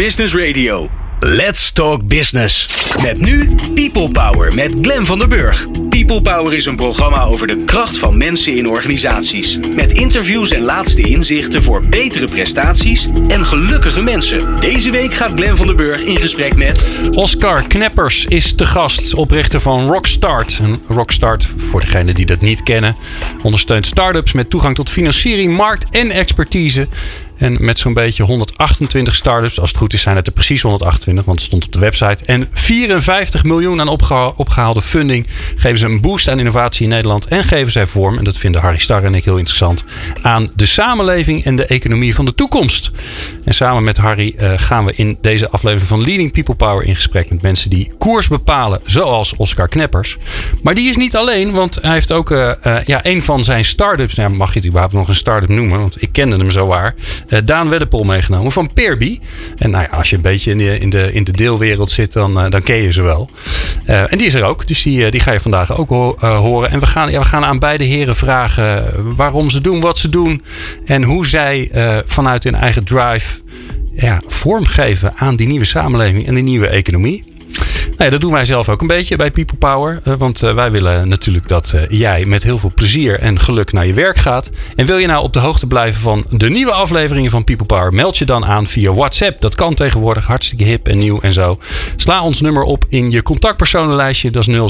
Business Radio. Let's Talk Business. Met nu People Power met Glenn van der Burg. People Power is een programma over de kracht van mensen in organisaties. Met interviews en laatste inzichten voor betere prestaties en gelukkige mensen. Deze week gaat Glenn van der Burg in gesprek met... Oscar Kneppers is te gast, oprichter van Rockstart. En Rockstart, voor degenen die dat niet kennen, ondersteunt start-ups met toegang tot financiering, markt en expertise. En met zo'n beetje 128 start-ups, als het goed is zijn het er precies 128, want het stond op de website. En 54 miljoen aan opgehaalde funding geven ze een boost aan innovatie in Nederland. En geven zij vorm, en dat vinden Harry Starre en ik heel interessant, aan de samenleving en de economie van de toekomst. En samen met Harry gaan we in deze aflevering van Leading People Power in gesprek met mensen die koers bepalen, zoals Oscar Kneppers. Maar die is niet alleen, want hij heeft ook een van zijn start-ups, nou, mag je het überhaupt nog een start-up noemen, want ik kende hem zo waar, Daan Wedderpol meegenomen van Peerby. En nou ja, als je een beetje in de deelwereld zit, dan ken je ze wel. En die is er ook. Dus die ga je vandaag ook horen. En we gaan aan beide heren vragen waarom ze doen wat ze doen. En hoe zij vanuit hun eigen drive vormgeven aan die nieuwe samenleving en die nieuwe economie. Nou ja, dat doen wij zelf ook een beetje bij People Power. Want wij willen natuurlijk dat jij met heel veel plezier en geluk naar je werk gaat. En wil je nou op de hoogte blijven van de nieuwe afleveringen van People Power? Meld je dan aan via WhatsApp. Dat kan tegenwoordig, hartstikke hip en nieuw en zo. Sla ons nummer op in je contactpersonenlijstje. Dat is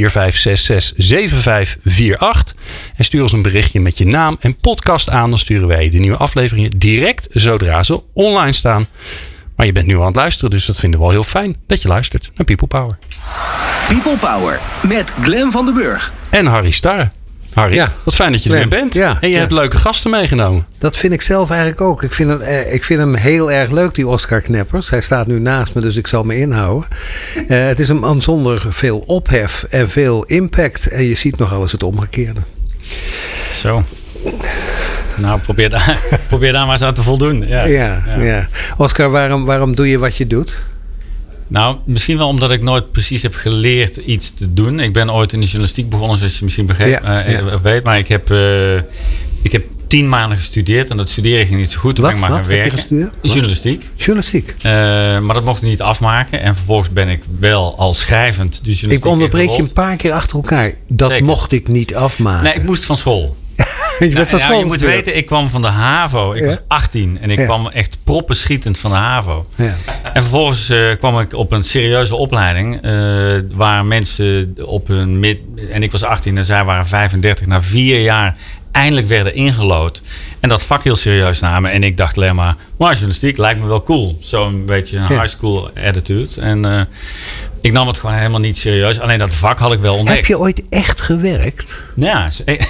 0645667548. En stuur ons een berichtje met je naam en podcast aan. Dan sturen wij de nieuwe afleveringen direct zodra ze online staan. Maar je bent nu aan het luisteren, dus dat vinden we wel heel fijn dat je luistert naar People Power. People Power met Glenn van der Burg. En Harry Starre. Harry, wat fijn dat je er weer bent. Ja, en je hebt leuke gasten meegenomen. Dat vind ik zelf eigenlijk ook. Ik vind hem heel erg leuk, die Oscar Kneppers. Hij staat nu naast me, dus ik zal me inhouden. Het is een man zonder veel ophef en veel impact. En je ziet nogal eens het omgekeerde. Zo. Nou, probeer daar maar eens aan te voldoen. Ja. Oscar, waarom doe je wat je doet? Nou, misschien wel omdat ik nooit precies heb geleerd iets te doen. Ik ben ooit in de journalistiek begonnen, zoals je misschien weet. Maar ik heb 10 maanden gestudeerd en dat studeren ging niet zo goed. Toen ben ik maar gaan werken. Heb je gestudeerd? Journalistiek. Maar dat mocht ik niet afmaken. En vervolgens ben ik wel al schrijvend de journalistiek. Ik onderbreek je een paar keer achter elkaar. Dat Zeker. Mocht ik niet afmaken. Nee, ik moest van school. Je moet weten, ik kwam van de HAVO. Ik was 18 en ik kwam echt proppenschietend van de HAVO. Ja. En vervolgens kwam ik op een serieuze opleiding waar mensen op hun en ik was 18 en zij waren 35, na 4 jaar eindelijk werden ingelood. En dat vak heel serieus namen. En ik dacht alleen maar journalistiek lijkt me wel cool. Zo'n beetje een high school attitude. En ik nam het gewoon helemaal niet serieus. Alleen dat vak had ik wel ontdekt. Heb je ooit echt gewerkt? Ja.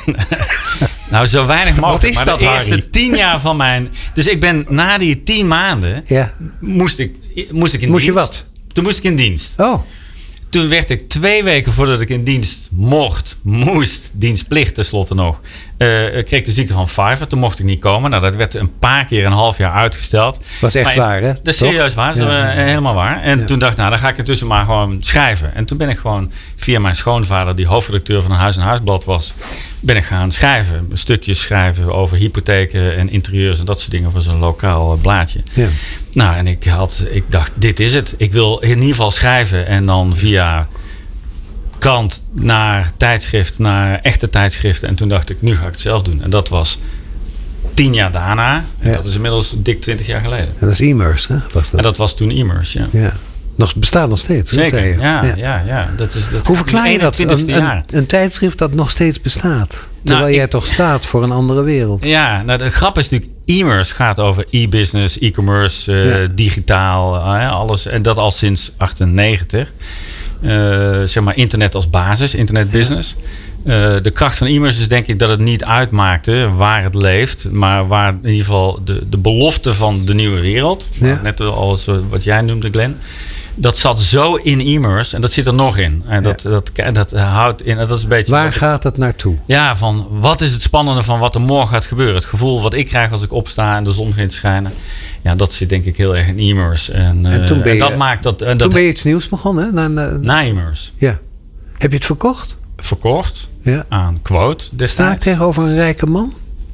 Nou, zo weinig mogelijk. Wat is maar dat, de Harry? eerste 10 jaar van mijn... Dus ik ben na die 10 maanden... Moest ik in dienst. Je wat? Toen moest ik in dienst. Oh. Toen werd ik 2 weken voordat ik in dienst moest, dienstplicht tenslotte nog, kreeg ik de ziekte van Pfeiffer. Toen mocht ik niet komen. Nou, dat werd een paar keer een half jaar uitgesteld. Was echt waar, hè? Dat is serieus waar. Dat is helemaal waar. En toen dacht ik, dan ga ik ertussen maar gewoon schrijven. En toen ben ik gewoon via mijn schoonvader, die hoofdredacteur van een Huis en Huisblad was, ben ik gaan schrijven. Stukjes schrijven over hypotheken en interieurs en dat soort dingen voor zo'n lokaal blaadje. Ja. Nou, en ik dacht, dit is het. Ik wil in ieder geval schrijven en dan via krant naar tijdschrift, naar echte tijdschriften. En toen dacht ik, nu ga ik het zelf doen. En dat was 10 jaar daarna. En dat is inmiddels dik 20 jaar geleden. En dat is e-merse, hè? En dat was toen e-merce, ja. Bestaat nog steeds. Zeker, ja. Dat Hoe verklaar je dat? Een tijdschrift dat nog steeds bestaat. Terwijl jij toch staat voor een andere wereld. Ja, nou de grap is natuurlijk, e-merse gaat over e-business, e-commerce, digitaal, alles. En dat al sinds 1998. Zeg maar internet als basis, internetbusiness. De kracht van e-merse is denk ik dat het niet uitmaakte waar het leeft. Maar waar in ieder geval de belofte van de nieuwe wereld. Ja. Net als wat jij noemde, Glenn. Dat zat zo in e-merse en dat zit er nog in. En dat houdt in. Dat is een beetje. Waar gaat het naartoe? Ja, van wat is het spannende van wat er morgen gaat gebeuren? Het gevoel wat ik krijg als ik opsta en de zon begint te schijnen. Ja, dat zit denk ik heel erg in e-merse. En toen ben je iets nieuws begonnen, hè? Na e-merse. Ja. Heb je het verkocht? Verkocht aan Quote destijds. Sta ik tegenover een rijke man?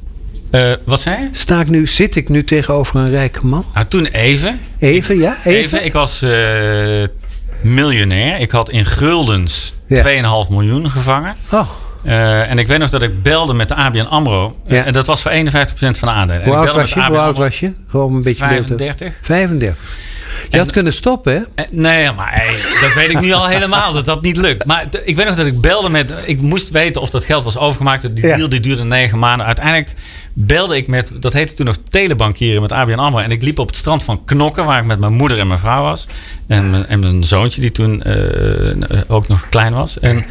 Wat zei je? Zit ik nu tegenover een rijke man? Nou, toen even. Even? Ik was miljonair. Ik had in guldens 2,5 miljoen gevangen. Oh. En ik weet nog dat ik belde met de ABN AMRO. En dat was voor 51% van de aandelen. Hoe oud was je? Gewoon een beetje 35. 35. Je had kunnen stoppen, hè? Nee, maar dat weet ik nu al helemaal. Dat niet lukt. Maar ik weet nog dat ik belde met... Ik moest weten of dat geld was overgemaakt. Die deal die duurde 9 maanden. Uiteindelijk belde ik met... Dat heette toen nog telebankieren met ABN AMRO. En ik liep op het strand van Knokken... waar ik met mijn moeder en mijn vrouw was. En mijn zoontje die toen ook nog klein was. En,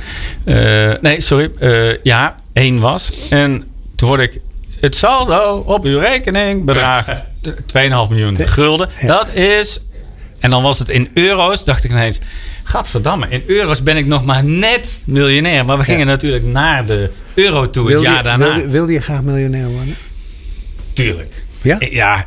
1 was. En toen hoorde ik... Het saldo op uw rekening bedraagt 2,5 miljoen gulden. Ja. Dat is... En dan was het in euro's. Dacht ik ineens... Gadverdamme, in euro's ben ik nog maar net miljonair. Maar we gingen natuurlijk naar de euro toe het jaar daarna. Wilde je graag miljonair worden? Tuurlijk. Ja? Ja,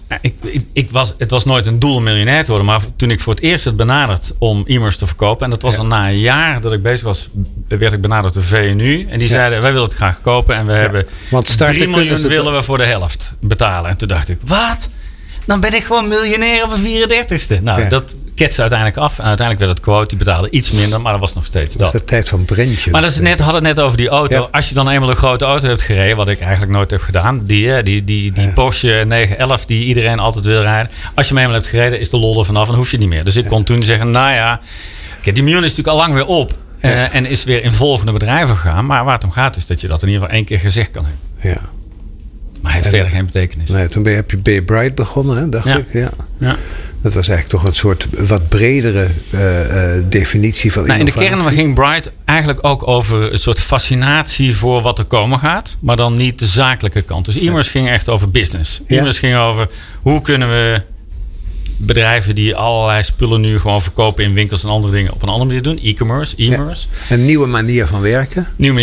het was nooit een doel om miljonair te worden. Maar toen ik voor het eerst werd benaderd om e-mailers te verkopen. En dat was al na een jaar dat ik bezig was. Werd ik benaderd door VNU. En die zeiden, wij willen het graag kopen. En we hebben 3 miljoen willen we voor de helft betalen. En toen dacht ik, wat? Dan ben ik gewoon miljonair op een 34ste. Nou, dat ketste uiteindelijk af. En uiteindelijk werd het quote. Die betaalde iets minder, maar dat was nog steeds dat. Dat is de tijd van Brentje. Maar hadden het net over die auto. Ja. Als je dan eenmaal een grote auto hebt gereden, wat ik eigenlijk nooit heb gedaan. Die Porsche 911 die iedereen altijd wil rijden. Als je hem eenmaal hebt gereden, is de lol er vanaf en hoef je niet meer. Dus ik kon toen zeggen, die miljoen is natuurlijk al lang weer op. En is weer in volgende bedrijven gegaan. Maar waar het om gaat is dat je dat in ieder geval 1 keer gezegd kan hebben. Ja. Maar hij heeft verder geen betekenis. Nee, toen heb je Bright begonnen, hè, dacht ik. Ja. Dat was eigenlijk toch een soort wat bredere definitie van innovatie. In de kern ging Bright eigenlijk ook over een soort fascinatie voor wat er komen gaat. Maar dan niet de zakelijke kant. Dus e-mails ging echt over business. E-mails ging over hoe kunnen we bedrijven die allerlei spullen nu gewoon verkopen in winkels en andere dingen op een andere manier doen. E-commerce. Ja. Een nieuwe manier van werken.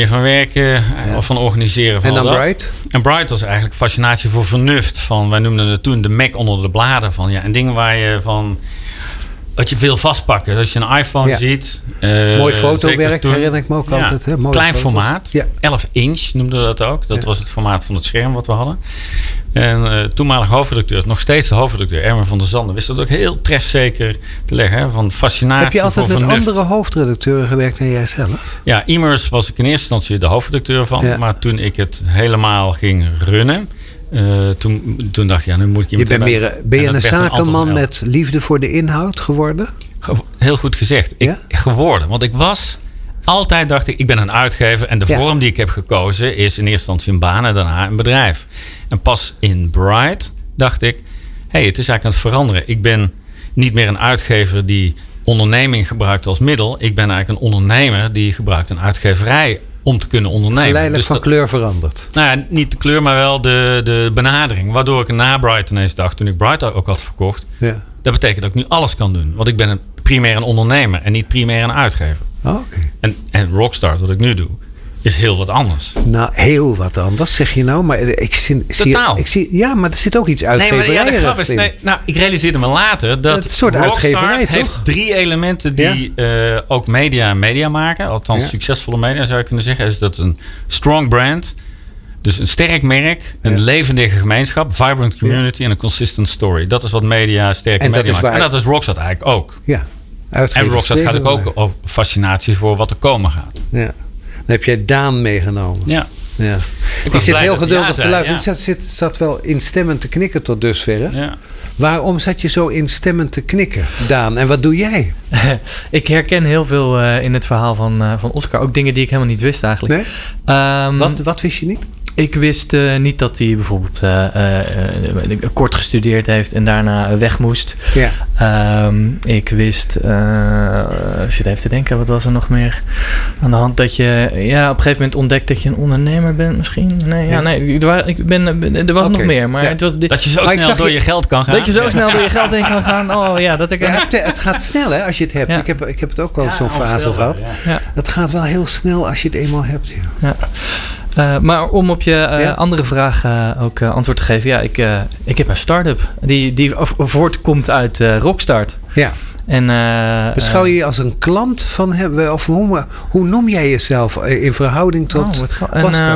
Of van organiseren. Van en dan Bright? En Bright was eigenlijk fascinatie voor vernuft. Wij noemden het toen de Mac onder de bladen. En dingen waar je van... Dat je veel vastpakken. Dus als je een iPhone ziet... Mooi fotowerk, herinner ik me ook altijd. Hè? Klein formaat. 11 inch noemden we dat ook. Dat was het formaat van het scherm wat we hadden. En toenmalig hoofdredacteur, nog steeds de hoofdredacteur, Erwin van der Zanden, wist dat ook heel trefzeker te leggen. Hè? Van fascinatie voor vernuft. Heb je altijd met andere hoofdredacteuren gewerkt dan jij zelf? Ja, e-mails was ik in eerste instantie de hoofdredacteur van. Ja. Maar toen ik het helemaal ging runnen... Toen dacht ik, nu moet ik ben je een zakenman met liefde voor de inhoud geworden? Heel goed gezegd. Geworden. Want ik was... Altijd dacht ik ben een uitgever. En de vorm die ik heb gekozen is in eerste instantie een baan en daarna een bedrijf. En pas in Bright dacht ik... het is eigenlijk aan het veranderen. Ik ben niet meer een uitgever die onderneming gebruikt als middel. Ik ben eigenlijk een ondernemer die gebruikt een uitgeverij om te kunnen ondernemen. Geleidelijk van kleur veranderd. Nou ja, niet de kleur, maar wel de benadering. Waardoor ik na Bright ineens dacht, toen ik Bright ook had verkocht... Dat betekent dat ik nu alles kan doen. Want ik ben primair een ondernemer en niet primair een uitgever. Okay. En Rockstar, wat ik nu doe, is heel wat anders. Nou, heel wat anders, zeg je nou. Maar maar er zit ook iets uitgeverij in. Ik realiseerde me later dat Rockstar heeft 3 elementen die ook media maken. Althans, succesvolle media zou je kunnen zeggen. Is dat een strong brand... Dus een sterk merk, een levendige gemeenschap, vibrant community en een consistent story. Dat is wat sterke media maakt. En dat is Rockstar eigenlijk ook. Ja, en Rockstar gaat ook over fascinatie voor wat er komen gaat. Ja. Dan heb jij Daan meegenomen. Ja. Die zit heel geduldig te luisteren. Zat wel instemmend te knikken tot dusver. Ja. Waarom zat je zo instemmend te knikken, Daan? En wat doe jij? Ik herken heel veel in het verhaal van Oscar. Ook dingen die ik helemaal niet wist eigenlijk. Nee? Wat wist je niet? Ik wist niet dat hij bijvoorbeeld kort gestudeerd heeft en daarna weg moest. Ja. Ik wist, ik zit even te denken, wat was er nog meer aan de hand? Dat je op een gegeven moment ontdekt dat je een ondernemer bent misschien? Er was nog meer. Maar het was dat je zo snel door je geld kan gaan. Dat je zo snel door je geld heen kan gaan. Oh ja, dat ik... Het gaat snel hè, als je het hebt. Ja. Ik heb het ook wel zo'n fase gehad. Ja. Het gaat wel heel snel als je het eenmaal hebt. Ja. Maar om op je andere vraag ook antwoord te geven. Ja, ik heb een start-up die voortkomt uit Rockstart. Ja. En, beschouw je je als een klant van hem? Of hoe noem jij jezelf in verhouding tot Oscar?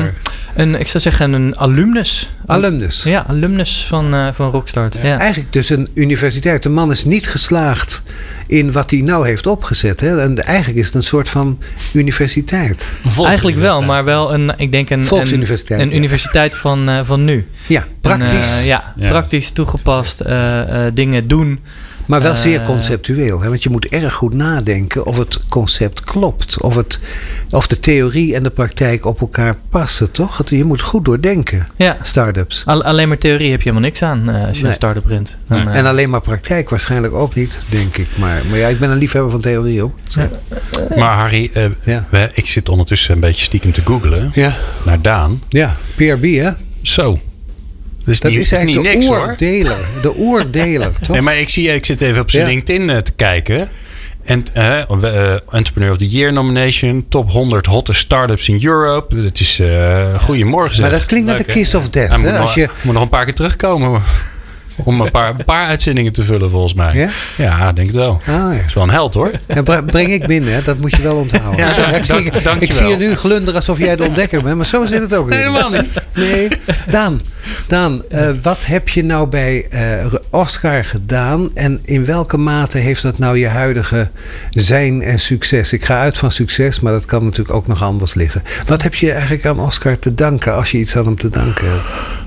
Ik zou zeggen een alumnus. Alumnus? Ja, alumnus van Rockstart. Ja. Eigenlijk dus een universiteit. De man is niet geslaagd in wat hij nou heeft opgezet. Hè? En eigenlijk is het een soort van universiteit. Eigenlijk wel, maar wel een volksuniversiteit. Een universiteit van nu. Ja, praktisch. Praktisch toegepast dingen doen. Maar wel zeer conceptueel. Hè? Want je moet erg goed nadenken of het concept klopt. Of de theorie en de praktijk op elkaar passen, toch? Je moet goed doordenken. Ja. Start-ups. Alleen maar theorie heb je helemaal niks aan als je een start-up runt. En alleen maar praktijk waarschijnlijk ook niet, denk ik. Maar ja, ik ben een liefhebber van theorie ook. Maar Harry, ik zit ondertussen een beetje stiekem te googlen naar Daan. Ja, PRB hè? Zo. Dus dat is eigenlijk niet niks, de oordeler, toch? Nee, maar ik zit even op zijn LinkedIn te kijken. En Entrepreneur of the Year nomination. Top 100 hottest startups in Europe. Dat is goeiemorgen zeg. Maar dat klinkt naar de kiss of death. Moet nog een paar keer terugkomen. Om een paar uitzendingen te vullen volgens mij. Ja? Ja, denk het wel. Dat is wel een held hoor. En breng ik binnen, hè? Dat moet je wel onthouden. Ik zie je nu glunderen alsof jij de ontdekker bent. Maar zo zit het ook niet. Helemaal niet. Nee. Daan, wat heb je nou bij Oscar gedaan? En in welke mate heeft dat nou je huidige zijn en succes? Ik ga uit van succes, maar dat kan natuurlijk ook nog anders liggen. Wat heb je eigenlijk aan Oscar te danken als je iets aan hem te danken hebt?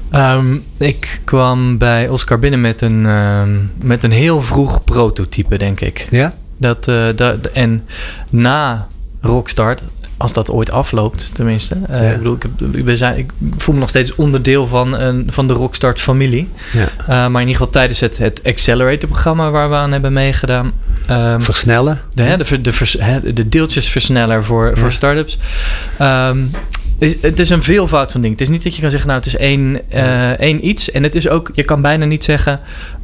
Ik kwam bij Oscar binnen met een heel vroeg prototype, denk ik. Ja? En na Rockstart, als dat ooit afloopt, tenminste. Ik voel me nog steeds onderdeel van de Rockstart familie. Ja. Maar in ieder geval tijdens het Accelerator-programma waar we aan hebben meegedaan. Versnellen? De deeltjesversneller voor startups. Het is een veelvoud van dingen. Het is niet dat je kan zeggen, nou, het is één iets. En het is ook, je kan bijna niet zeggen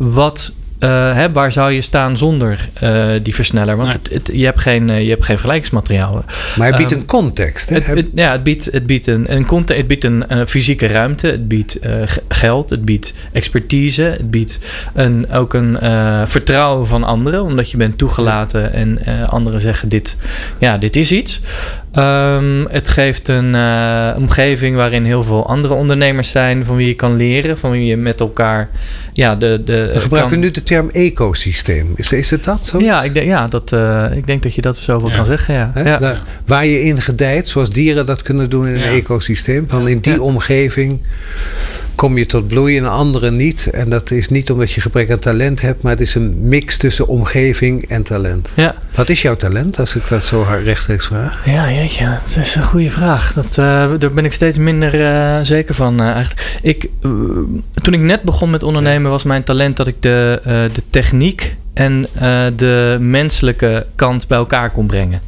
waar zou je staan zonder die versneller. Want je hebt geen vergelijkingsmateriaal. Maar het biedt een context. Hè? Het biedt een fysieke ruimte. Het biedt geld. Het biedt expertise. Het biedt ook een vertrouwen van anderen. Omdat je bent toegelaten en anderen zeggen dit is iets. Het geeft een omgeving waarin heel veel andere ondernemers zijn, van wie je kan leren, van wie je met elkaar we gebruiken nu de term ecosysteem. Is het dat zo? Ja, ik denk dat je dat zoveel kan zeggen. Ja. Waar je in gedijt, zoals dieren dat kunnen doen in een ecosysteem. Van in die omgeving kom je tot bloeien en anderen niet. En dat is niet omdat je gebrek aan talent hebt, maar het is een mix tussen omgeving en talent. Ja. Wat is jouw talent, als ik dat zo rechtstreeks vraag? Ja, jeetje, dat is een goede vraag. Daar ben ik steeds minder zeker van eigenlijk. Toen ik net begon met ondernemen was mijn talent dat ik de techniek en de menselijke kant bij elkaar kon brengen.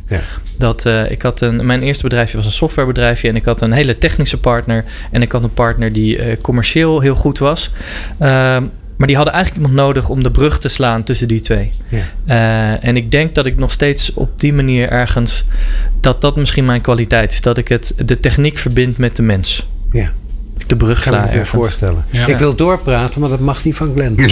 Ja. Mijn eerste bedrijfje was een softwarebedrijfje en ik had een hele technische partner en ik had een partner die commercieel heel goed was. Maar die hadden eigenlijk iemand nodig om de brug te slaan tussen die twee. Ja. En ik denk dat ik nog steeds op die manier ergens dat misschien mijn kwaliteit is. Dat ik de techniek verbind met de mens. Ja. De brug sla. Kan ik me voorstellen. Ja. Ik wil doorpraten, maar dat mag niet van Glenn.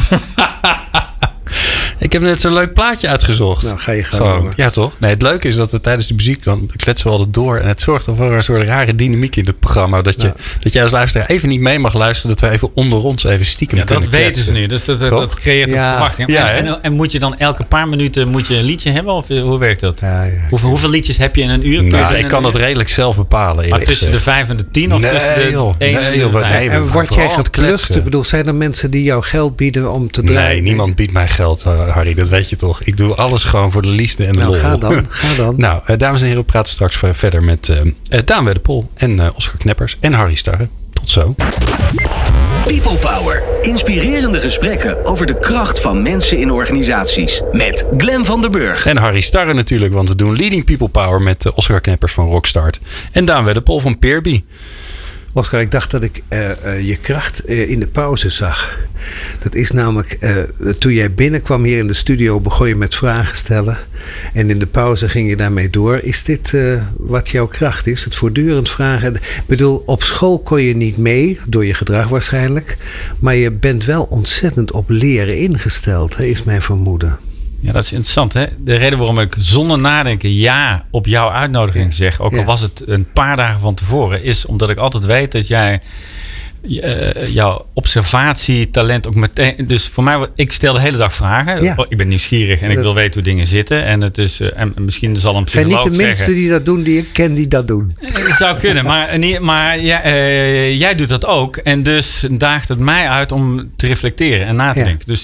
Ik heb net zo'n leuk plaatje uitgezocht. Nou, ga je gewoon. Ja, toch? Nee, het leuke is dat we tijdens de muziek dan kletsen we altijd door. En het zorgt voor een soort rare dynamiek in het programma. Dat jij als luisteraar even niet mee mag luisteren. Dat we even onder ons even stiekem kunnen kletsen. Dat weten ze nu. Dus dat creëert ook verwachting. Ja, en moet je dan elke paar minuten een liedje hebben? Of hoe werkt dat? Ja. Hoeveel liedjes heb je in een uur? Nou, ik kan dat redelijk zelf bepalen. Maar tussen de 5 en de 10? Of tussen de 1 en de 5? En word jij geplukt? Ik bedoel, zijn er mensen die jou geld bieden om te draaien? Nee, niemand biedt mij geld, Harry. Dat weet je toch. Ik doe alles gewoon voor de liefde en de lol. Ga dan. Nou, dames en heren, we praten straks verder met Daan Wedepol en Oscar Kneppers en Harry Starre. Tot zo. People Power. Inspirerende gesprekken over de kracht van mensen in organisaties. Met Glenn van der Burg. En Harry Starre natuurlijk, want we doen Leading People Power met Oscar Kneppers van Rockstart. En Daan Wedepol van Peerby. Oscar, ik dacht dat ik je kracht in de pauze zag. Dat is namelijk, toen jij binnenkwam hier in de studio, begon je met vragen stellen. En in de pauze ging je daarmee door. Is dit wat jouw kracht is? Het voortdurend vragen. Ik bedoel, op school kon je niet mee, door je gedrag waarschijnlijk. Maar je bent wel ontzettend op leren ingesteld, hè, is mijn vermoeden. Ja, dat is interessant. Hè? De reden waarom ik zonder nadenken ja op jouw uitnodiging zeg, ook al was het een paar dagen van tevoren, is omdat ik altijd weet dat jij jouw observatietalent ook meteen. Dus voor mij, ik stel de hele dag vragen. Ja. Ik ben nieuwsgierig en ik wil weten hoe dingen zitten. En het is, en misschien zal een psycholoog zeggen. Zijn niet de mensen die dat doen die ik ken die dat doen. Dat zou kunnen, maar jij doet dat ook. En dus daagt het mij uit om te reflecteren en na te denken. Dus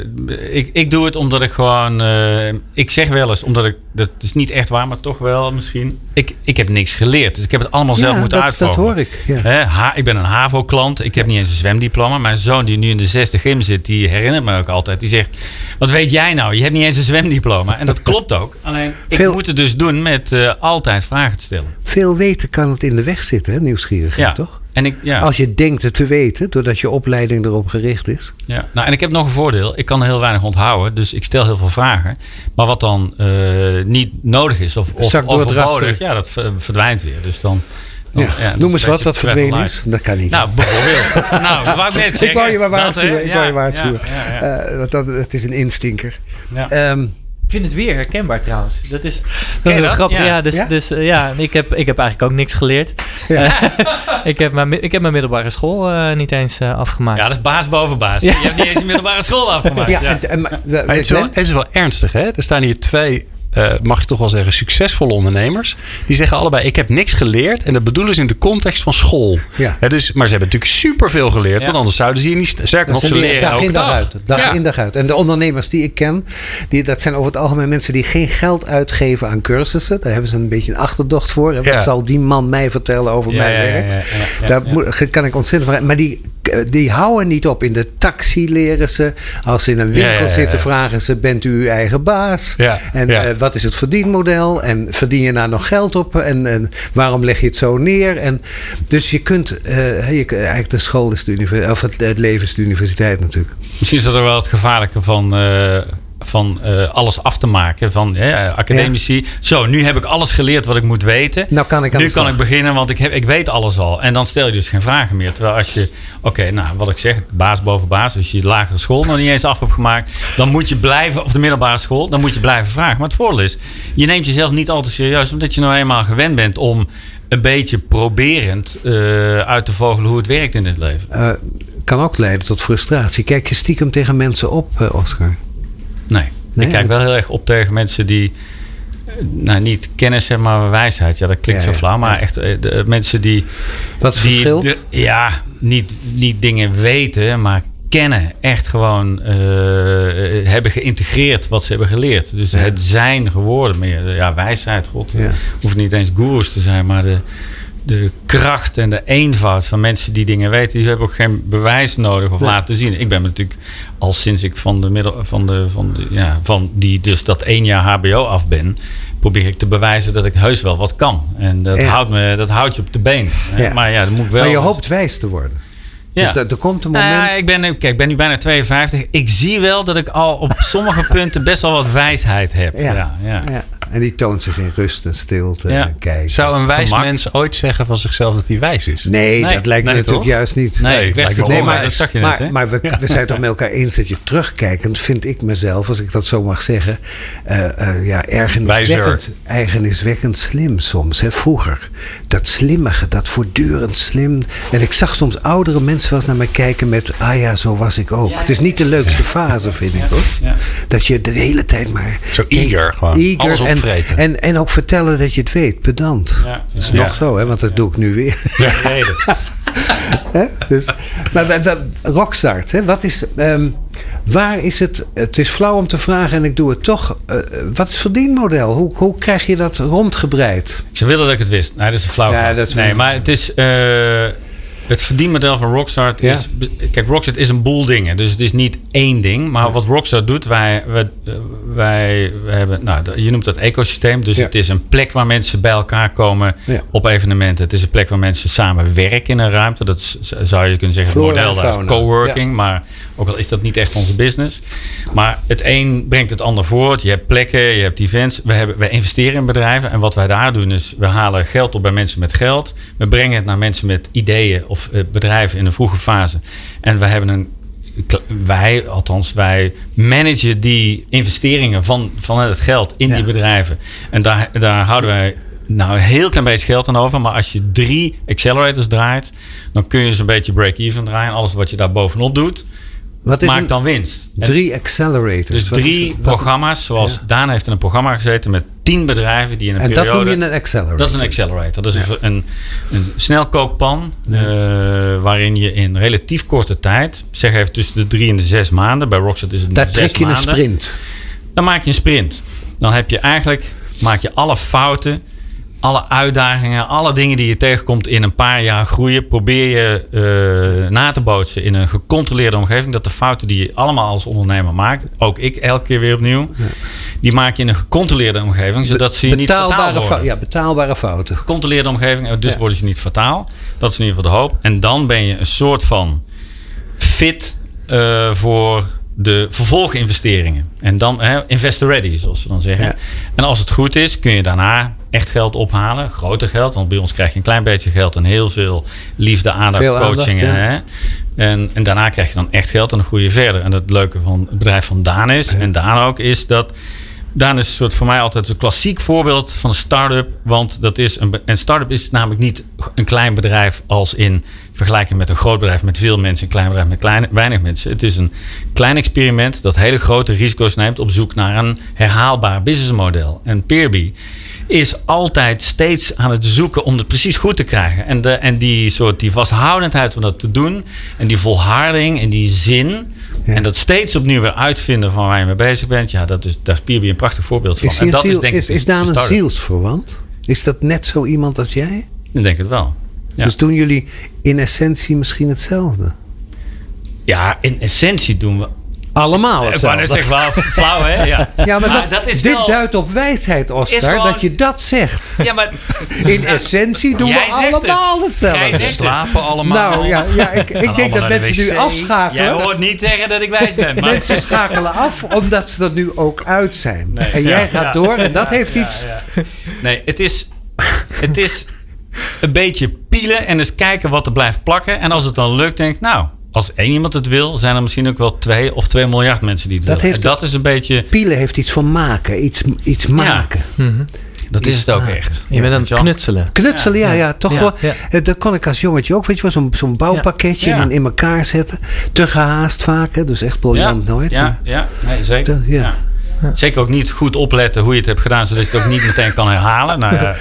ik doe het omdat ik gewoon. Ik zeg wel eens, omdat ik. Dat is niet echt waar, maar toch wel misschien. Ik heb niks geleerd. Dus ik heb het allemaal zelf moeten uitvogelen. Dat hoor ik. Ja. Ik ben een HAVO-klant. Ik heb niet eens een zwemdiploma. Mijn zoon die nu in de 6e gym zit, die herinnert me ook altijd. Die zegt, wat weet jij nou? Je hebt niet eens een zwemdiploma. En dat klopt ook. Alleen, ik moet het dus doen met altijd vragen te stellen. Veel weten kan het in de weg zitten, hè? Nieuwsgierigheid, toch? En als je denkt het te weten, doordat je opleiding erop gericht is. Ja, nou, en ik heb nog een voordeel. Ik kan heel weinig onthouden, dus ik stel heel veel vragen. Maar wat dan niet nodig is of overbodig, dat verdwijnt weer. Dus dan... Noem eens wat verdwenen is. Dat kan niet. Nou, bijvoorbeeld. dat wou ik net zeggen. Ik wou je maar waarschuwen. Het is een instinker. Ja. Ik vind het weer herkenbaar trouwens. Dat is een grap. Ja, ik heb eigenlijk ook niks geleerd. Ja. Ik heb mijn middelbare school niet eens afgemaakt. Ja, dat is baas boven baas. Ja. Je hebt niet eens een middelbare school afgemaakt. Het is wel ernstig, hè? Er staan hier 2... mag je toch wel zeggen, succesvolle ondernemers. Die zeggen allebei, ik heb niks geleerd. En dat bedoelen ze in de context van school. Ja. Dus, maar ze hebben natuurlijk superveel geleerd. Want anders zouden ze hier niet... Sterker nog, ze leren elke dag. Dag in dag uit. En de ondernemers die ik ken, dat zijn over het algemeen mensen die geen geld uitgeven aan cursussen. Daar hebben ze een beetje een achterdocht voor. En wat zal die man mij vertellen over mijn werk? Daar kan ik ontzettend van... Maar die houden niet op. In de taxi leren ze. Als ze in een winkel zitten, vragen ze, bent u uw eigen baas? Wat is het verdienmodel? En verdien je daar nog geld op? En waarom leg je het zo neer? En dus je kunt... eigenlijk de school is de universiteit. Of het leven is de universiteit natuurlijk. Misschien is dat er wel het gevaarlijke van alles af te maken. Van academici. Ja. Zo, nu heb ik alles geleerd wat ik moet weten. Nou kan ik beginnen, want ik weet alles al. En dan stel je dus geen vragen meer. Terwijl als je... wat ik zeg, baas boven baas. Als je de lagere school nog niet eens af hebt gemaakt. Dan moet je blijven, of de middelbare school. Dan moet je blijven vragen. Maar het voordeel is, je neemt jezelf niet al te serieus. Omdat je nou eenmaal gewend bent om een beetje proberend uit te vogelen hoe het werkt in dit leven. Kan ook leiden tot frustratie. Kijk je stiekem tegen mensen op, Oscar? Nee, ik kijk wel heel erg op tegen mensen die niet kennis hebben, maar wijsheid. Ja, dat klinkt zo flauw, maar echt mensen die... Wat is het verschil? Niet dingen weten, maar kennen. Echt gewoon hebben geïntegreerd wat ze hebben geleerd. Dus het zijn geworden meer. Ja, wijsheid, god. Hoeft niet eens goeroes te zijn, maar de kracht en de eenvoud van mensen die dingen weten, die hebben ook geen bewijs nodig of laten zien. Ik ben natuurlijk al sinds ik van die dus dat 1 jaar HBO af ben, probeer ik te bewijzen dat ik heus wel wat kan. En dat houdt je op de been. Ja. Maar dat moet wel. Maar je hoopt wijs te worden. Ja. Dus er komt een moment... Ik ben nu bijna 52. Ik zie wel dat ik al op sommige punten best wel wat wijsheid heb. Ja. En die toont zich in rust en stilte. En kijken. Zou een wijs mens ooit zeggen van zichzelf dat hij wijs is? Nee, dat lijkt me natuurlijk juist niet. Maar dat zag je net. Maar we zijn toch met elkaar eens dat je terugkijkend, vind ik mezelf, als ik dat zo mag zeggen, ergerniswekkend slim soms. Hè. Vroeger, dat slimmige, dat voortdurend slim. En ik zag soms oudere mensen wel eens naar mij kijken met, zo was ik ook. Het is niet de leukste fase, vind ik, hoor. Ja. Dat je de hele tijd maar... Zo eager gewoon. Alles opvreten. En ook vertellen dat je het weet. Pedant. Ja. Dat is nog zo, hè, want dat doe ik nu weer. Dus, maar Rockstart, hè, wat is... waar is het... Het is flauw om te vragen en ik doe het toch. Wat is het verdienmodel? Hoe krijg je dat rondgebreid? Ze wilden dat ik het wist. Nee, dat is een flauw. Maar het is... Het verdienmodel van Rockstart is... Kijk, Rockstart is een boel dingen. Dus het is niet één ding. Maar wat Rockstart doet... Wij hebben... je noemt dat ecosysteem. Dus het is een plek waar mensen bij elkaar komen op evenementen. Het is een plek waar mensen samen werken in een ruimte. Dat zou je kunnen zeggen... Het model daar is coworking. Ja. Maar ook al is dat niet echt onze business. Maar het een brengt het ander voort. Je hebt plekken, je hebt events. We investeren in bedrijven. En wat wij daar doen is... We halen geld op bij mensen met geld. We brengen het naar mensen met ideeën of bedrijven in een vroege fase. En we hebben een wij managen die investeringen van het geld in die bedrijven. En daar houden wij een heel klein beetje geld aan over. Maar als je 3 accelerators draait, dan kun je ze een beetje break-even draaien. Alles wat je daar bovenop doet, maakt dan winst. 3 accelerators. Dus 3 programma's, zoals Daan heeft in een programma gezeten met 10 bedrijven die in een periode... En dat noem je een accelerator? Dat is een accelerator. Dat is een snelkookpan waarin je in relatief korte tijd, zeg even tussen de 3 en de 6 maanden, bij Rockstart is het 6 maanden. Daar trek je een sprint. Dan maak je een sprint. Dan heb je maak je alle fouten, alle uitdagingen, alle dingen die je tegenkomt in een paar jaar groeien, probeer je na te bootsen in een gecontroleerde omgeving. Dat de fouten die je allemaal als ondernemer maakt, ook ik elke keer weer opnieuw, die maak je in een gecontroleerde omgeving, zodat ze je niet fataal worden. Betaalbare fouten. Gecontroleerde omgeving, dus worden ze niet fataal. Dat is in ieder geval de hoop. En dan ben je een soort van fit voor de vervolginvesteringen. En dan investor ready, zoals ze dan zeggen. Ja. En als het goed is, kun je daarna echt geld ophalen. Groter geld, want bij ons krijg je een klein beetje geld en heel veel liefde, aandacht, coaching. En daarna krijg je dan echt geld en dan groei je verder. En het leuke van het bedrijf van Daan is, en Daan ook, is dat Daan is een soort voor mij altijd een klassiek voorbeeld van een start-up. Want dat is een start-up is namelijk niet een klein bedrijf als in vergelijking met een groot bedrijf met veel mensen, een klein bedrijf met weinig mensen. Het is een klein experiment dat hele grote risico's neemt op zoek naar een herhaalbaar businessmodel. En Peerby is altijd steeds aan het zoeken om het precies goed te krijgen. En die vasthoudendheid om dat te doen en die volharding en die zin. Ja. En dat steeds opnieuw weer uitvinden van waar je mee bezig bent. Ja, daar is Peerby een prachtig voorbeeld van. En dat is Daan een zielsverwant? Is dat net zo iemand als jij? Ik denk het wel. Ja. Dus doen jullie in essentie misschien hetzelfde? Ja, in essentie doen we allemaal hetzelfde. Dat is wel flauw, hè? Ja, maar dat is dit duidt op wijsheid, Oscar, gewoon, dat je dat zegt. Ja, maar in essentie doen we allemaal hetzelfde. We slapen allemaal. Nou ik denk dat mensen nu afschakelen. Jij hoort niet zeggen dat ik wijs ben. Maar mensen schakelen af omdat ze er nu ook uit zijn. Nee, en jij gaat door en dat heeft iets. Ja. Nee, het is een beetje pielen en eens kijken wat er blijft plakken. En als het dan lukt, denk ik, nou, als één iemand het wil, zijn er misschien ook wel 2 of 2 miljard mensen die het willen. Dat is een beetje... Pielen heeft iets van maken. Iets maken. Ja. Mm-hmm. Dat is het ook echt. Je bent aan het knutselen. Knutselen, toch wel. Ja. Dat kon ik als jongetje ook. Weet je wel, zo'n bouwpakketje en dan in elkaar zetten. Te gehaast vaak, hè? Dus echt briljant nooit. Ja, nee, zeker. Ja. Zeker ook niet goed opletten hoe je het hebt gedaan, zodat je het ook niet meteen kan herhalen. Nou,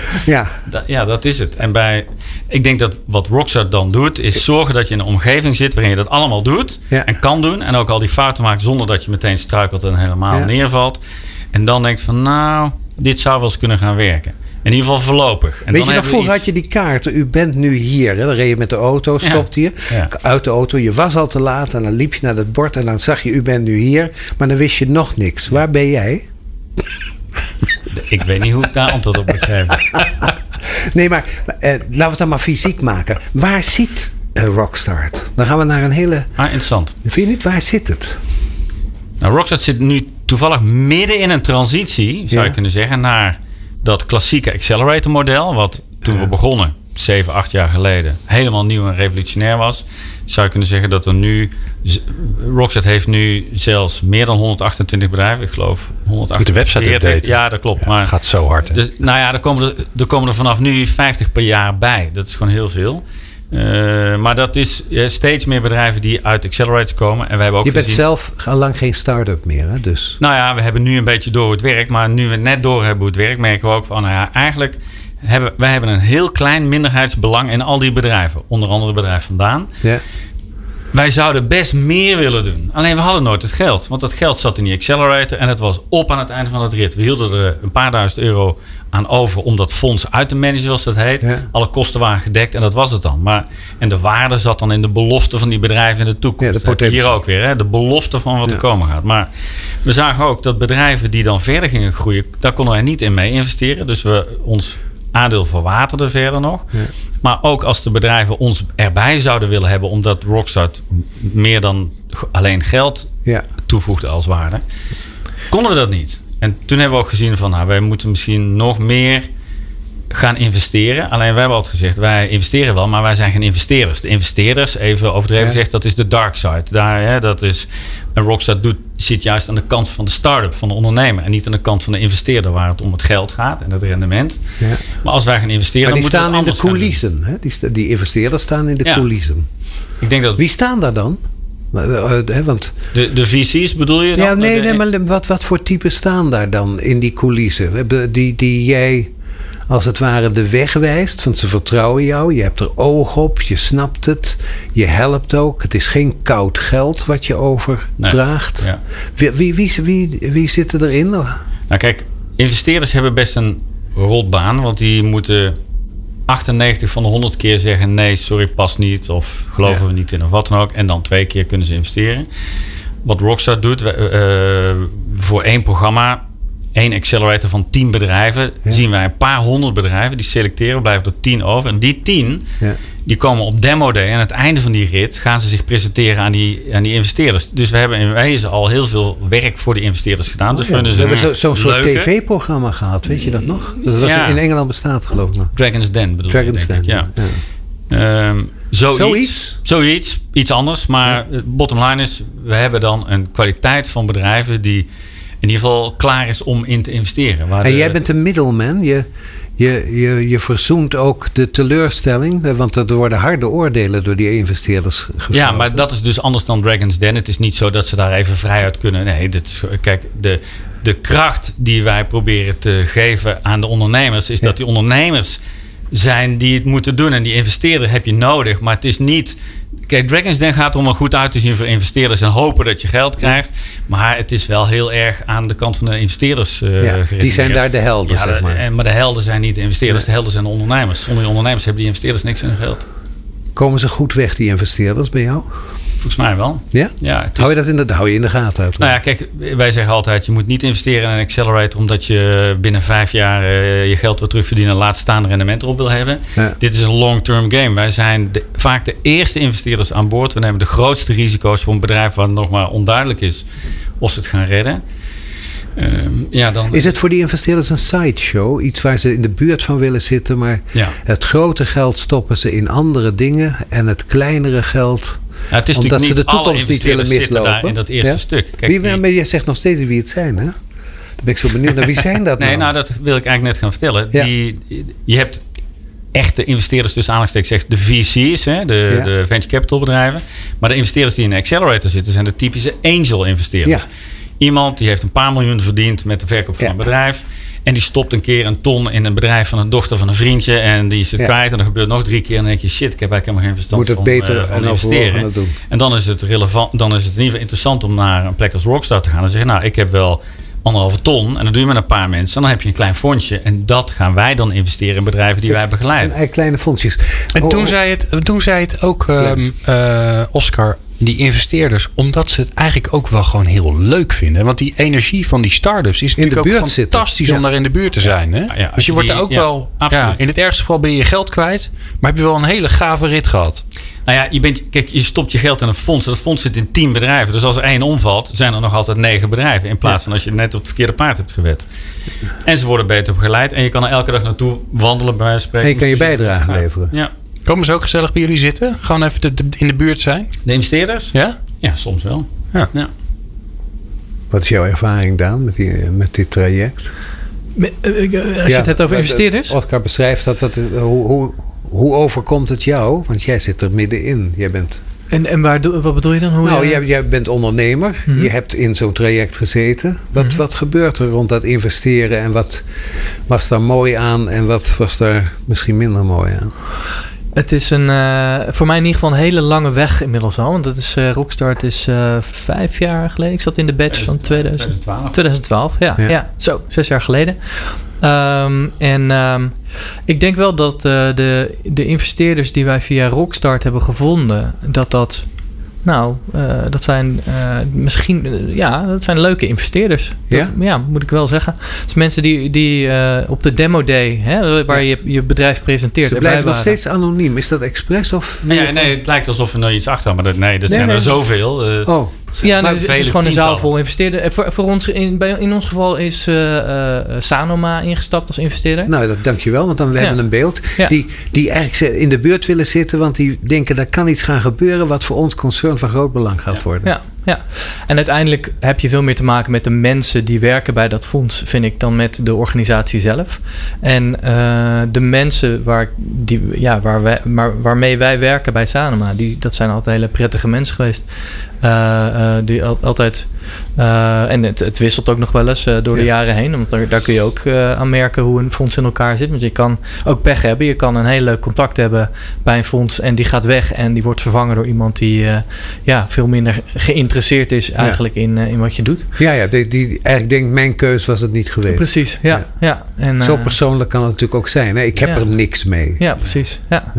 dat is het. En ik denk dat wat Rockstart dan doet, is zorgen dat je in een omgeving zit waarin je dat allemaal doet en kan doen. En ook al die fouten maakt zonder dat je meteen struikelt en helemaal neervalt. En dan denkt van, nou, dit zou wel eens kunnen gaan werken. In ieder geval voorlopig. En weet je nog, vroeger had je die kaarten. U bent nu hier. Hè? Dan reed je met de auto, stopt hier. Ja. Uit de auto. Je was al te laat. En dan liep je naar dat bord. En dan zag je, u bent nu hier. Maar dan wist je nog niks. Waar ben jij? Ik weet niet hoe ik daar antwoord op moet geven. Nee, maar laten we het dan maar fysiek maken. Waar zit Rockstart? Dan gaan we naar een hele... interessant. Vind je niet? Waar zit het? Nou, Rockstart zit nu toevallig midden in een transitie, zou je kunnen zeggen, naar dat klassieke accelerator model, wat toen we begonnen, 7, 8 jaar geleden, helemaal nieuw en revolutionair was. Zou je kunnen zeggen dat er nu, Rockstart heeft nu zelfs meer dan 128 bedrijven, ik geloof 148. De website update. Ja, dat klopt. Ja, maar gaat zo hard. Hè? Dus, nou ja, er komen er vanaf nu 50 per jaar bij. Dat is gewoon heel veel. Maar dat is steeds meer bedrijven die uit accelerators komen. En we hebben ook je bent zelf al lang geen start-up meer, hè? Dus. Nou ja, we hebben nu een beetje door hoe het werkt. Maar nu we net door hebben hoe het werkt, merken we ook van, nou ja, eigenlijk wij hebben een heel klein minderheidsbelang in al die bedrijven. Onder andere het bedrijf vandaan. Ja. Wij zouden best meer willen doen. Alleen we hadden nooit het geld. Want dat geld zat in die accelerator en het was op aan het einde van het rit. We hielden er een paar duizend euro aan over om dat fonds uit te managen, zoals dat heet. Ja. Alle kosten waren gedekt en dat was het dan. En de waarde zat dan in de belofte van die bedrijven in de toekomst. Ja, hier ook weer, hè? De belofte van wat er komen gaat. Maar we zagen ook dat bedrijven die dan verder gingen groeien, daar konden wij niet in mee investeren. Dus ons aandeel verwaterde verder nog. Ja. Maar ook als de bedrijven ons erbij zouden willen hebben, omdat Rockstart meer dan alleen geld toevoegde als waarde, konden we dat niet. En toen hebben we ook gezien van, wij moeten misschien nog meer gaan investeren. Alleen wij hebben altijd gezegd, wij investeren wel, maar wij zijn geen investeerders. De investeerders, even overdreven gezegd, dat is de dark side. En Rockstar zit juist aan de kant van de start-up, van de ondernemer. En niet aan de kant van de investeerder, waar het om het geld gaat en het rendement. Ja. Maar als wij gaan investeren, maar dan moeten we het anders gaan doen. Die staan in de coulissen. Die investeerders staan in de coulissen. Ik denk dat... Wie staan daar dan? Want de VC's bedoel je dan? Ja, nee, maar wat voor typen staan daar dan in die coulissen? Die jij als het ware de weg wijst, want ze vertrouwen jou. Je hebt er oog op, je snapt het, je helpt ook. Het is geen koud geld wat je overdraagt. Nee, ja. Wie zitten erin? Nou kijk, investeerders hebben best een rotbaan, want die moeten 98 van de 100 keer zeggen nee, sorry, past niet, of geloven we niet in, of wat dan ook. En dan 2 keer kunnen ze investeren. Wat Rockstar doet, voor 1 programma, 1 accelerator van 10 bedrijven, zien wij een paar 100 bedrijven, die selecteren, blijven er 10 over. En die 10, die komen op demo day. En aan het einde van die rit gaan ze zich presenteren aan die investeerders. Dus we hebben in wezen al heel veel werk voor die investeerders gedaan. Dus we hebben zo'n soort tv-programma gehad, weet je dat nog? Dat was in Engeland bestaat, geloof ik nog. Dragon's Den bedoel ik, denk ik. Ja. Zoiets, iets anders. Maar bottom line is, we hebben dan een kwaliteit van bedrijven die in ieder geval klaar is om in te investeren. En jij bent een middleman. Je verzoent ook de teleurstelling. Want er worden harde oordelen door die investeerders gevraagd. Ja, maar dat is dus anders dan Dragon's Den. Het is niet zo dat ze daar even vrij uit kunnen. Nee, kijk, de kracht die wij proberen te geven aan de ondernemers is dat die ondernemers zijn die het moeten doen. En die investeerder heb je nodig. Maar het is niet... Kijk, Dragon's Den gaat erom er goed uit te zien voor investeerders en hopen dat je geld krijgt. Maar het is wel heel erg aan de kant van de investeerders gericht. Die zijn daar de helden, zeg maar. Maar de helden zijn niet de investeerders, de helden zijn de ondernemers. Zonder die ondernemers hebben die investeerders niks aan geld. Komen ze goed weg, die investeerders, bij jou? Volgens mij wel. Ja? Hou je in de gaten uit? Nou ja, kijk, wij zeggen altijd, je moet niet investeren in een accelerator omdat je binnen 5 jaar je geld weer terugverdienen en laat staan rendement erop wil hebben. Ja. Dit is een long-term game. Wij zijn vaak de eerste investeerders aan boord. We nemen de grootste risico's voor een bedrijf waar het nog maar onduidelijk is of ze het gaan redden. Dan is het voor die investeerders een sideshow? Iets waar ze in de buurt van willen zitten, maar het grote geld stoppen ze in andere dingen en het kleinere geld... Ja, het is omdat ze de toekomst niet willen mislopen. Daar in dat eerste stuk. Kijk, maar je zegt nog steeds wie het zijn, hè? Dan ben ik zo benieuwd naar wie zijn dat nou? Nou, dat wil ik eigenlijk net gaan vertellen. Ja. Je hebt echte investeerders tussen aanhalingstekens, de VC's, de venture capital bedrijven. Maar de investeerders die in een accelerator zitten zijn de typische angel investeerders. Ja. Iemand die heeft een paar miljoen verdiend met de verkoop van een bedrijf. En die stopt een keer een ton in een bedrijf van een dochter van een vriendje. En die is het kwijt. En dat gebeurt nog 3 keer. En dan denk je, shit, ik heb eigenlijk helemaal geen verstand van investeren. En dan is het relevant. Dan is het in ieder geval interessant om naar een plek als Rockstar te gaan. En zeggen, nou, ik heb wel 1,5 ton. En dan doe je met een paar mensen. En dan heb je een klein fondsje. En dat gaan wij dan investeren in bedrijven die wij begeleiden. En kleine fondsjes. En toen zei het ook, Oscar, die investeerders, omdat ze het eigenlijk ook wel gewoon heel leuk vinden. Want die energie van die start-ups is natuurlijk ook fantastisch om daar in de buurt te zijn. Hè? Ja, dus je wordt daar ook wel... Ja, in het ergste geval ben je geld kwijt. Maar heb je wel een hele gave rit gehad. Nou ja, je stopt je geld in een fonds. Dat fonds zit in 10 bedrijven. Dus als er 1 omvalt, zijn er nog altijd 9 bedrijven. In plaats van als je net op het verkeerde paard hebt gewet. En ze worden beter begeleid. En je kan er elke dag naartoe wandelen, bij wijze van spreken. En je kan je bijdrage leveren. Ja. Komen ze ook gezellig bij jullie zitten? Gewoon even in de buurt zijn? De investeerders? Ja? Ja, soms wel. Ja. Wat is jouw ervaring, Daan, met dit traject? Als je het hebt over investeerders? Oscar beschrijft dat. Hoe overkomt het jou? Want jij zit er middenin. Jij bent... En wat bedoel je dan? Jij bent ondernemer. Mm-hmm. Je hebt in zo'n traject gezeten. Wat gebeurt er rond dat investeren? En wat was daar mooi aan? En wat was daar misschien minder mooi aan? Het is voor mij in ieder geval een hele lange weg inmiddels al. Want dat is, Rockstart is 5 jaar geleden. Ik zat in de batch van 2012. Ja. Zo, 6 jaar geleden. Ik denk wel dat de investeerders die wij via Rockstart hebben gevonden, dat zijn misschien, dat zijn leuke investeerders. Ja, moet ik wel zeggen. Het zijn mensen die op de demo day, waar je bedrijf presenteert. Ze blijven nog steeds anoniem. Is dat expres of? Nee, het lijkt alsof we nou iets achter hebben. Maar dat zijn er zoveel. Ja, het is gewoon een zaal vol investeerders. Voor ons, in ons geval is Sanoma ingestapt als investeerder. Nou, dat dankjewel, want dan we hebben een beeld. Ja. Die eigenlijk in de buurt willen zitten, want die denken er kan iets gaan gebeuren wat voor ons concern van groot belang gaat worden. Ja, en uiteindelijk heb je veel meer te maken met de mensen die werken bij dat fonds, vind ik, dan met de organisatie zelf. En de mensen waarmee wij werken bij Sanoma, dat zijn altijd hele prettige mensen geweest. Die altijd... en het wisselt ook nog wel eens door de jaren heen. Want daar kun je ook aan merken hoe een fonds in elkaar zit. Want je kan ook pech hebben. Je kan een heel leuk contact hebben bij een fonds en die gaat weg en die wordt vervangen door iemand die veel minder geïnteresseerd is eigenlijk in wat je doet. Ja, die eigenlijk denkt mijn keus was het niet geweest. Precies, ja. En, zo persoonlijk kan het natuurlijk ook zijn. Hè? Ik heb er niks mee. Ja, precies. Ja.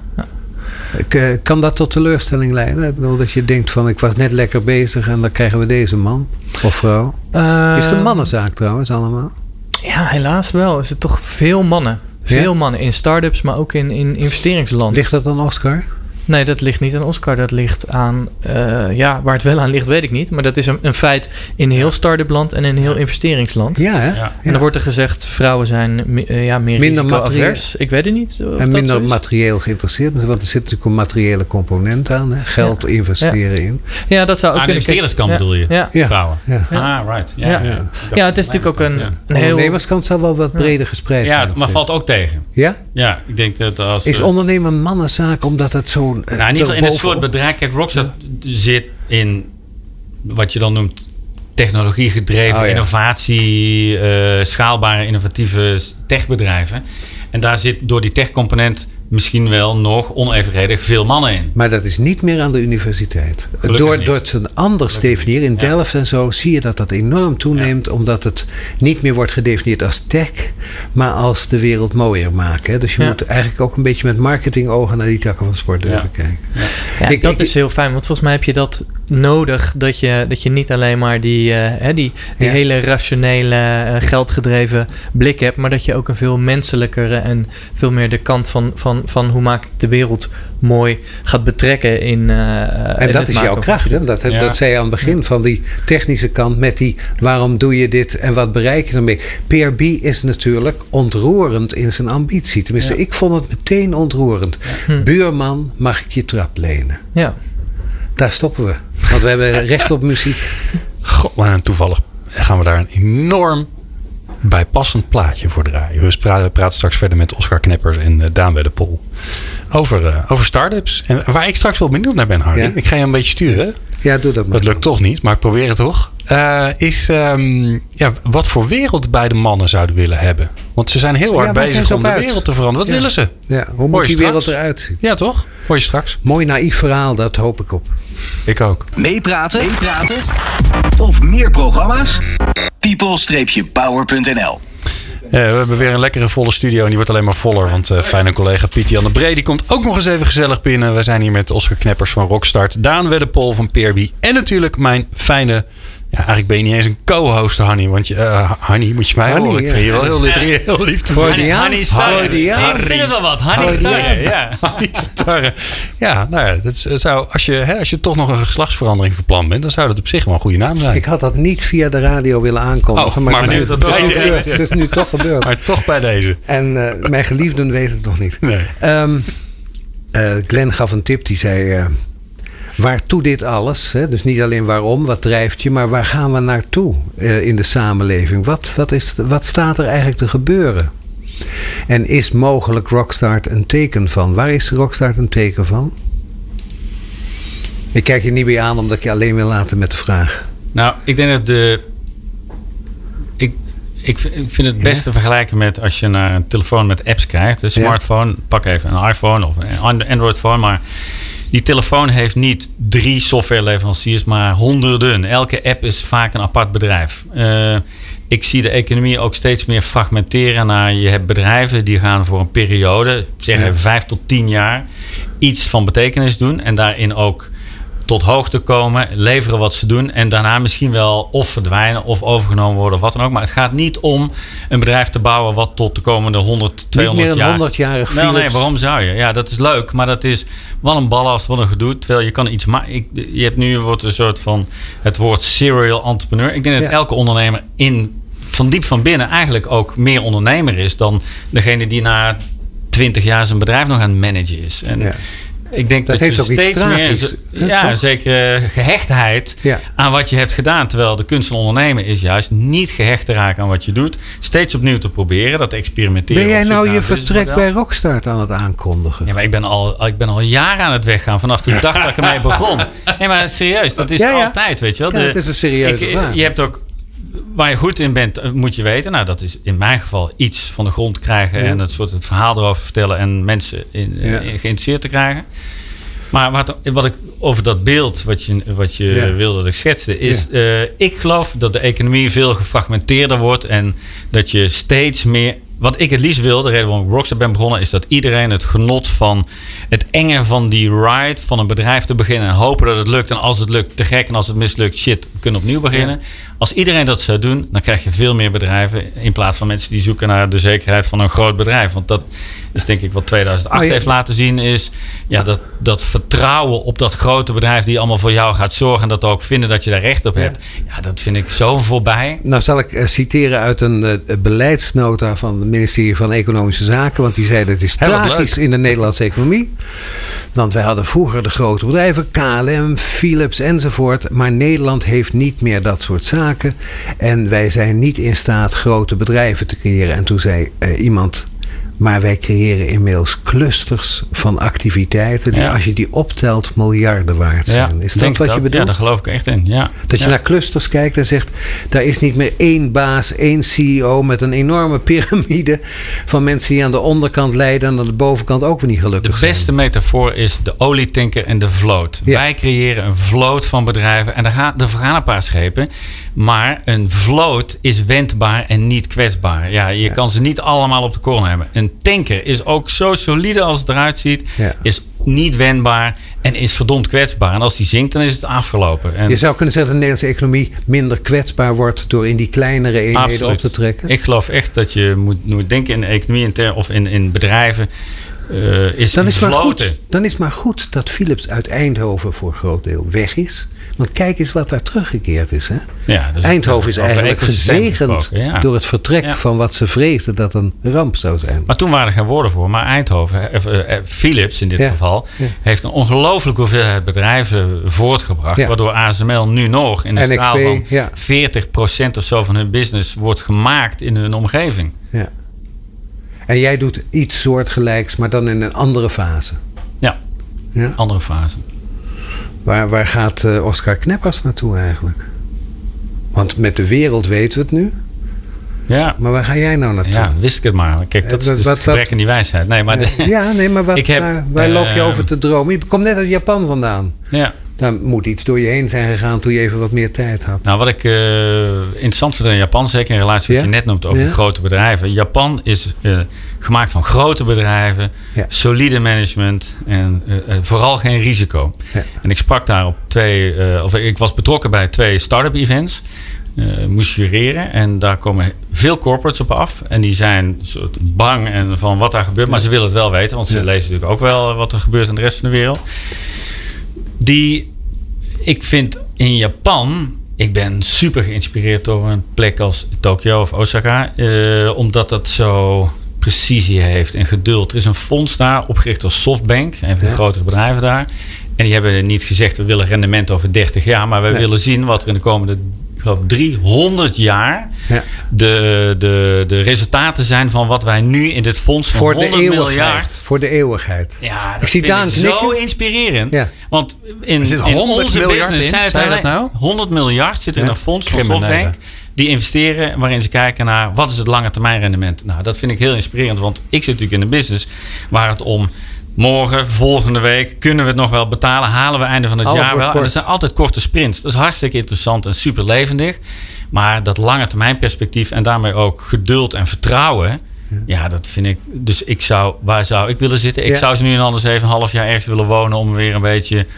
Kan dat tot teleurstelling leiden? Ik bedoel dat je denkt van ik was net lekker bezig en dan krijgen we deze man of vrouw. Is het een mannenzaak trouwens allemaal? Ja, helaas wel. Is het toch veel mannen. Veel mannen in start-ups, maar ook in investeringsland. Ligt dat aan Oscar? Nee, dat ligt niet aan Oscar. Dat ligt aan... waar het wel aan ligt, weet ik niet. Maar dat is een feit in heel start-up land en in heel investeringsland. Ja, hè? Ja. En dan wordt er gezegd, vrouwen zijn meer risico-avers. Ik weet het niet. En minder materieel geïnteresseerd. Want er zit natuurlijk een materiële component aan. Hè? Geld investeren in. Ja, dat zou ook kunnen. Investeerderskant bedoel je? Ja. Vrouwen. Ja. Right. Ja, het is natuurlijk ook een heel... ondernemerskant zal wel wat breder gespreid zijn. Ja, maar valt ook tegen. Ja? Ja, ik denk dat als... Is ondernemen een mannenzaak omdat het zo... in ieder geval in het soort bedrijf. Kijk, Rockstart zit in wat je dan noemt technologie gedreven, innovatie, schaalbare innovatieve techbedrijven. En daar zit door die techcomponent misschien wel nog onevenredig veel mannen in. Maar dat is niet meer aan de universiteit. Door het zo anders definiëren in Delft en zo, zie je dat enorm toeneemt, omdat het niet meer wordt gedefinieerd als tech, maar als de wereld mooier maken. Hè? Dus je moet eigenlijk ook een beetje met marketingogen naar die takken van sport durven kijken. Ja, dat is heel fijn, want volgens mij heb je dat nodig, dat je niet alleen maar die hele rationele, geldgedreven blik hebt, maar dat je ook een veel menselijkere en veel meer de kant van hoe maak ik de wereld mooi gaat betrekken in en dat is jouw kracht, hè? Dat zei je aan het begin van die technische kant met die waarom doe je dit en wat bereik je ermee. PRB is natuurlijk ontroerend in zijn ambitie. Tenminste, ik vond het meteen ontroerend. Buurman, mag ik je trap lenen? Ja. Daar stoppen we. Want we hebben recht op muziek. God, maar toevallig gaan we daar een enorm bijpassend plaatje voor draaien. We praten straks verder met Oscar Kneppers en Daan Wedderpol over start-ups. En waar ik straks wel benieuwd naar ben, Harry. Ja. Ik ga je een beetje sturen. Ja, doe dat maar. Dat lukt toch niet, maar ik probeer het toch. Wat voor wereld beide mannen zouden willen hebben. Want ze zijn heel hard bezig om de wereld te veranderen. Wat willen ze? Ja, hoe moet die wereld eruit zien? Ja, toch? Hoor je straks. Mooi naïef verhaal, dat hoop ik op. Ik ook. Meepraten? Of meer programma's? people-power.nl. We hebben weer een lekkere volle studio en die wordt alleen maar voller. Want fijne collega Pietie Anne Bree die komt ook nog eens even gezellig binnen. We zijn hier met Oscar Kneppers van Rockstart, Daan Wedderpol van PRB en natuurlijk mijn fijne... Ja, eigenlijk ben je niet eens een co-host, Hanny. Want Hanny, moet je mij horen. Ik vind je wel heel lief te worden. Hanny Starre. Ik vind het wel wat. Hanny Starre. Ja. Hanny Starre. Ja, nou ja, dat zou, als je toch nog een geslachtsverandering van plan bent, dan zou dat op zich wel een goede naam zijn. Ik had dat niet via de radio willen aankondigen. Maar nu dat bij deze. Het is nu toch gebeurd. Maar toch bij deze. En mijn geliefden weten het nog niet. Nee. Glenn gaf een tip, die zei... waartoe dit alles? Hè? Dus niet alleen waarom, wat drijft je, maar waar gaan we naartoe in de samenleving? Wat staat er eigenlijk te gebeuren? En is mogelijk Rockstart een teken van? Waar is Rockstart een teken van? Ik kijk je niet meer aan omdat ik je alleen wil laten met de vraag. Nou, ik denk dat ik vind het best te vergelijken met als je naar een telefoon met apps krijgt. Een smartphone, pak even een iPhone of een Android-phone, maar... Die telefoon heeft niet 3 softwareleveranciers, maar honderden. Elke app is vaak een apart bedrijf. Ik zie de economie ook steeds meer fragmenteren. Je hebt bedrijven die gaan voor een periode, zeg even 5 tot 10 jaar, iets van betekenis doen. En daarin ook tot hoogte komen, leveren wat ze doen en daarna misschien wel of verdwijnen of overgenomen worden of wat dan ook. Maar het gaat niet om een bedrijf te bouwen wat tot de komende 100, 200 jaar... Niet meer een 100-jarig Philips. Nee, waarom zou je? Ja, dat is leuk, maar dat is wel een ballast, wat een gedoe. Terwijl je kan iets maken. Je hebt nu wordt een soort van het woord serial entrepreneur. Ik denk dat elke ondernemer van diep van binnen eigenlijk ook meer ondernemer is dan degene die na 20 jaar zijn bedrijf nog aan het managen is. En ik denk dat heeft je ook iets steeds tragisch, meer zekere gehechtheid aan wat je hebt gedaan. Terwijl de kunst van ondernemen is juist niet gehecht te raken aan wat je doet. Steeds opnieuw te proberen, dat experimenteren. Ben jij nou je vertrek bij Rockstart aan het aankondigen? Ja, maar ik ben al jaren aan het weggaan vanaf de dag dat ik ermee begon. Nee, maar serieus, dat is altijd, weet je wel. Het is een serieuze vraag. Je hebt ook... Waar je goed in bent, moet je weten. Nou, dat is in mijn geval iets van de grond krijgen en het verhaal erover vertellen en mensen geïnteresseerd te krijgen. Maar wat ik over dat beeld wat je wilde dat ik schetste, is ik geloof dat de economie veel gefragmenteerder wordt en dat je steeds meer... Wat ik het liefst wil, de reden waarom ik Rockstart ben begonnen, is dat iedereen het genot van het enge van die ride van een bedrijf te beginnen en hopen dat het lukt. En als het lukt, te gek. En als het mislukt, shit, we kunnen opnieuw beginnen. Ja. Als iedereen dat zou doen, dan krijg je veel meer bedrijven in plaats van mensen die zoeken naar de zekerheid van een groot bedrijf. Want dat is denk ik wat 2008 heeft laten zien, is dat vertrouwen op dat grote bedrijf die allemaal voor jou gaat zorgen en dat ook vinden dat je daar recht op hebt. Ja, dat vind ik zo voorbij. Nou zal ik citeren uit een beleidsnota van het ministerie van Economische Zaken, want die zeiden het is tragisch in de Nederlandse economie. Want wij hadden vroeger de grote bedrijven, KLM, Philips enzovoort, maar Nederland heeft niet meer dat soort zaken en wij zijn niet in staat grote bedrijven te creëren. En toen zei iemand, maar wij creëren inmiddels clusters van activiteiten die als je die optelt miljarden waard zijn. Is dat wat je bedoelt? Ja, daar geloof ik echt in. Ja. Dat je naar clusters kijkt en zegt, daar is niet meer één baas, één CEO met een enorme piramide van mensen die aan de onderkant leiden en aan de bovenkant ook weer niet gelukkig zijn. De beste metafoor is de olietanker en de vloot. Ja. Wij creëren een vloot van bedrijven en er gaan een paar schepen. Maar een vloot is wendbaar en niet kwetsbaar. Ja, je kan ze niet allemaal op de korrel hebben. Een tanker is ook zo solide als het eruit ziet. Ja. Is niet wendbaar en is verdomd kwetsbaar. En als die zinkt, dan is het afgelopen. En je zou kunnen zeggen dat de Nederlandse economie minder kwetsbaar wordt door in die kleinere eenheden op te trekken. Ik geloof echt dat je moet denken in de economie of in bedrijven. Dan is maar goed dat Philips uit Eindhoven voor een groot deel weg is. Want kijk eens wat daar teruggekeerd is. Hè? Ja, dus Eindhoven is eigenlijk gezegend door het vertrek van wat ze vreesden dat een ramp zou zijn. Maar toen waren er geen woorden voor. Maar Eindhoven, Philips in dit geval, heeft een ongelooflijke hoeveelheid bedrijven voortgebracht. Ja. Waardoor ASML nu nog in een straal van 40% of zo van hun business wordt gemaakt in hun omgeving. Ja. En jij doet iets soortgelijks, maar dan in een andere fase. Ja. Andere fase. Waar gaat Oscar Kneppers naartoe eigenlijk? Want met de wereld weten we het nu. Ja. Maar waar ga jij nou naartoe? Ja, wist ik het maar. Kijk, dat is dus het gebrek in die wijsheid. Nee, maar waar loop je over te dromen? Je komt net uit Japan vandaan. Ja. Daar moet iets door je heen zijn gegaan toen je even wat meer tijd had. Nou, wat ik interessant vind in Japan, zeker in relatie wat je net noemt over grote bedrijven. Japan is gemaakt van grote bedrijven, solide management en vooral geen risico. Ja. En ik sprak daar op ik was betrokken bij 2 start-up events. Moest jureren en daar komen veel corporates op af. En die zijn soort bang en van wat daar gebeurt, maar ze willen het wel weten, want ze lezen natuurlijk ook wel wat er gebeurt in de rest van de wereld. Ik vind in Japan, ik ben super geïnspireerd door een plek als Tokio of Osaka, omdat dat zo precisie heeft en geduld. Er is een fonds daar, opgericht door SoftBank, een van de grotere bedrijven daar. En die hebben niet gezegd, we willen rendement over 30 jaar, maar we willen zien wat er in de komende, ik geloof 300 jaar de resultaten zijn van wat wij nu in dit fonds van voor 100 miljard. Voor de eeuwigheid. Ja, dat vind ik zo inspirerend. Ja. Want in onze business zijn het nou? 100 miljard zit in een fonds van SoftBank. Die investeren waarin ze kijken naar wat is het lange termijn rendement. Nou, dat vind ik heel inspirerend. Want ik zit natuurlijk in de business waar het om morgen, volgende week, kunnen we het nog wel betalen? Halen we einde van het jaar wel? En dat zijn altijd korte sprints. Dat is hartstikke interessant en super levendig. Maar dat lange termijn perspectief en daarmee ook geduld en vertrouwen. Ja, dat vind ik. Dus waar zou ik willen zitten? Ik zou ze nu anders even een half jaar ergens willen wonen om weer een beetje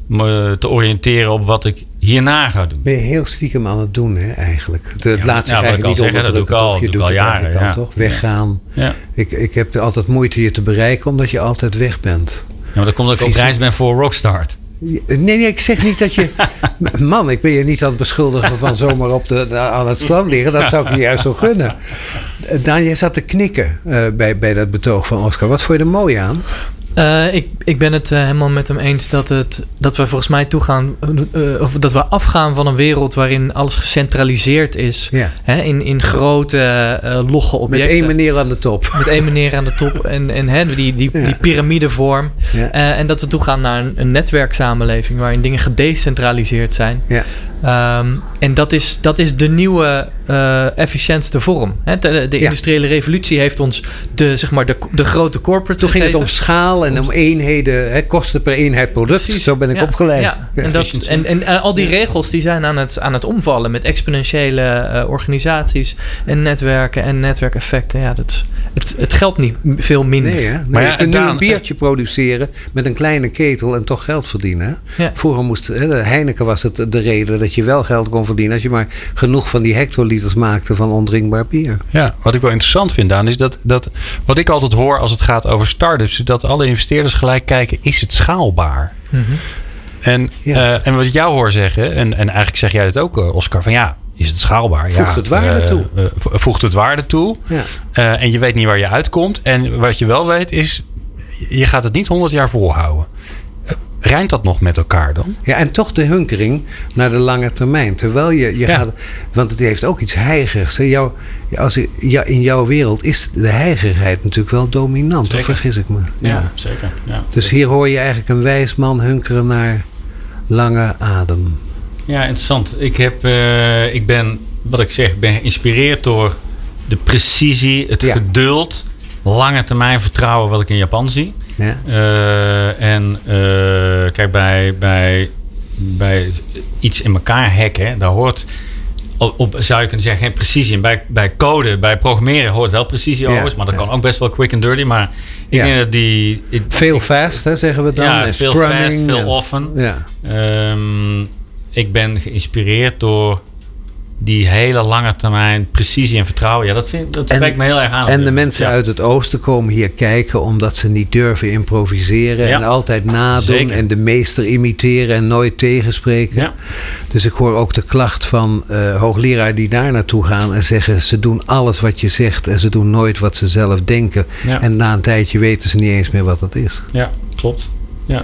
me te oriënteren op wat ik hierna ga doen. Ben je heel stiekem aan het doen, hè, eigenlijk. Het laat zich eigenlijk niet zeggen, dat doe ik al, je doet al jaren. Al, toch? Weggaan. Ja. Ik heb altijd moeite je te bereiken, omdat je altijd weg bent. Ja, maar dat komt omdat ik op reis ben voor Rockstart. Nee, ik zeg niet dat je... Man, ik ben je niet aan het beschuldigen van zomaar aan het strand liggen. Dat zou ik je juist zo gunnen. Daan, jij zat te knikken bij dat betoog van Oscar. Wat vond je er mooi aan? Ik ben het helemaal met hem eens dat we volgens mij toegaan, of dat we afgaan van een wereld waarin alles gecentraliseerd is. Ja. Hè, in grote logge objecten. Met één meneer aan de top. Met één meneer aan de top en die piramidevorm. Ja. En dat we toegaan naar een netwerksamenleving waarin dingen gedecentraliseerd zijn. Ja. En dat is de nieuwe efficiëntste vorm. Hè? De industriële revolutie heeft ons de grote corporate Toen gegeven. ging het om schaal en om eenheden, kosten per eenheid product. Precies. Zo ben ik opgeleid. Ja. En al die regels die zijn aan het omvallen met exponentiële organisaties en netwerken en netwerkeffecten. Ja, het geldt niet veel minder. Nee, maar je kunt nu een biertje produceren met een kleine ketel en toch geld verdienen. Hè? Ja. Vroeger moest Heineken was het de reden dat je wel geld kon verdienen als je maar genoeg van die hectoliters maakte van ondrinkbaar bier. Ja, wat ik wel interessant vind, Daan, is dat wat ik altijd hoor als het gaat over start-ups, is dat alle investeerders gelijk kijken, is het schaalbaar? Mm-hmm. En wat ik jou hoor zeggen, en eigenlijk zeg jij het ook, Oscar, van ja, is het schaalbaar? Voegt het waarde toe. Voegt het waarde toe. Ja. En je weet niet waar je uitkomt. En wat je wel weet is, je gaat het niet 100 jaar volhouden. Rijmt dat nog met elkaar dan? Ja, en toch de hunkering naar de lange termijn. Terwijl je gaat... Want het heeft ook iets heigers. In jouw wereld is de heigerigheid natuurlijk wel dominant. Zeker. Of vergis ik me? Ja, zeker. Ja. Dus hier hoor je eigenlijk een wijs man hunkeren naar lange adem. Ja, interessant. Ik ben geïnspireerd door de precisie, het geduld, lange termijn vertrouwen wat ik in Japan zie. Ja. Kijk, bij iets in elkaar hacken, daar hoort zou je kunnen zeggen, geen precisie. En bij code, bij programmeren hoort wel precisie over, maar dat kan ook best wel quick and dirty. Maar ik denk dat veel fast, hè, zeggen we dan. Ja, veel fast, veel often. Ja. Ik ben geïnspireerd door die hele lange termijn precisie en vertrouwen. Ja, dat spreekt me heel erg aan. En de mensen uit het oosten komen hier kijken omdat ze niet durven improviseren. Ja. En altijd nadoen. Zeker. En de meester imiteren en nooit tegenspreken. Ja. Dus ik hoor ook de klacht van hoogleraren die daar naartoe gaan en zeggen, ze doen alles wat je zegt en ze doen nooit wat ze zelf denken. Ja. En na een tijdje weten ze niet eens meer wat dat is. Ja, klopt.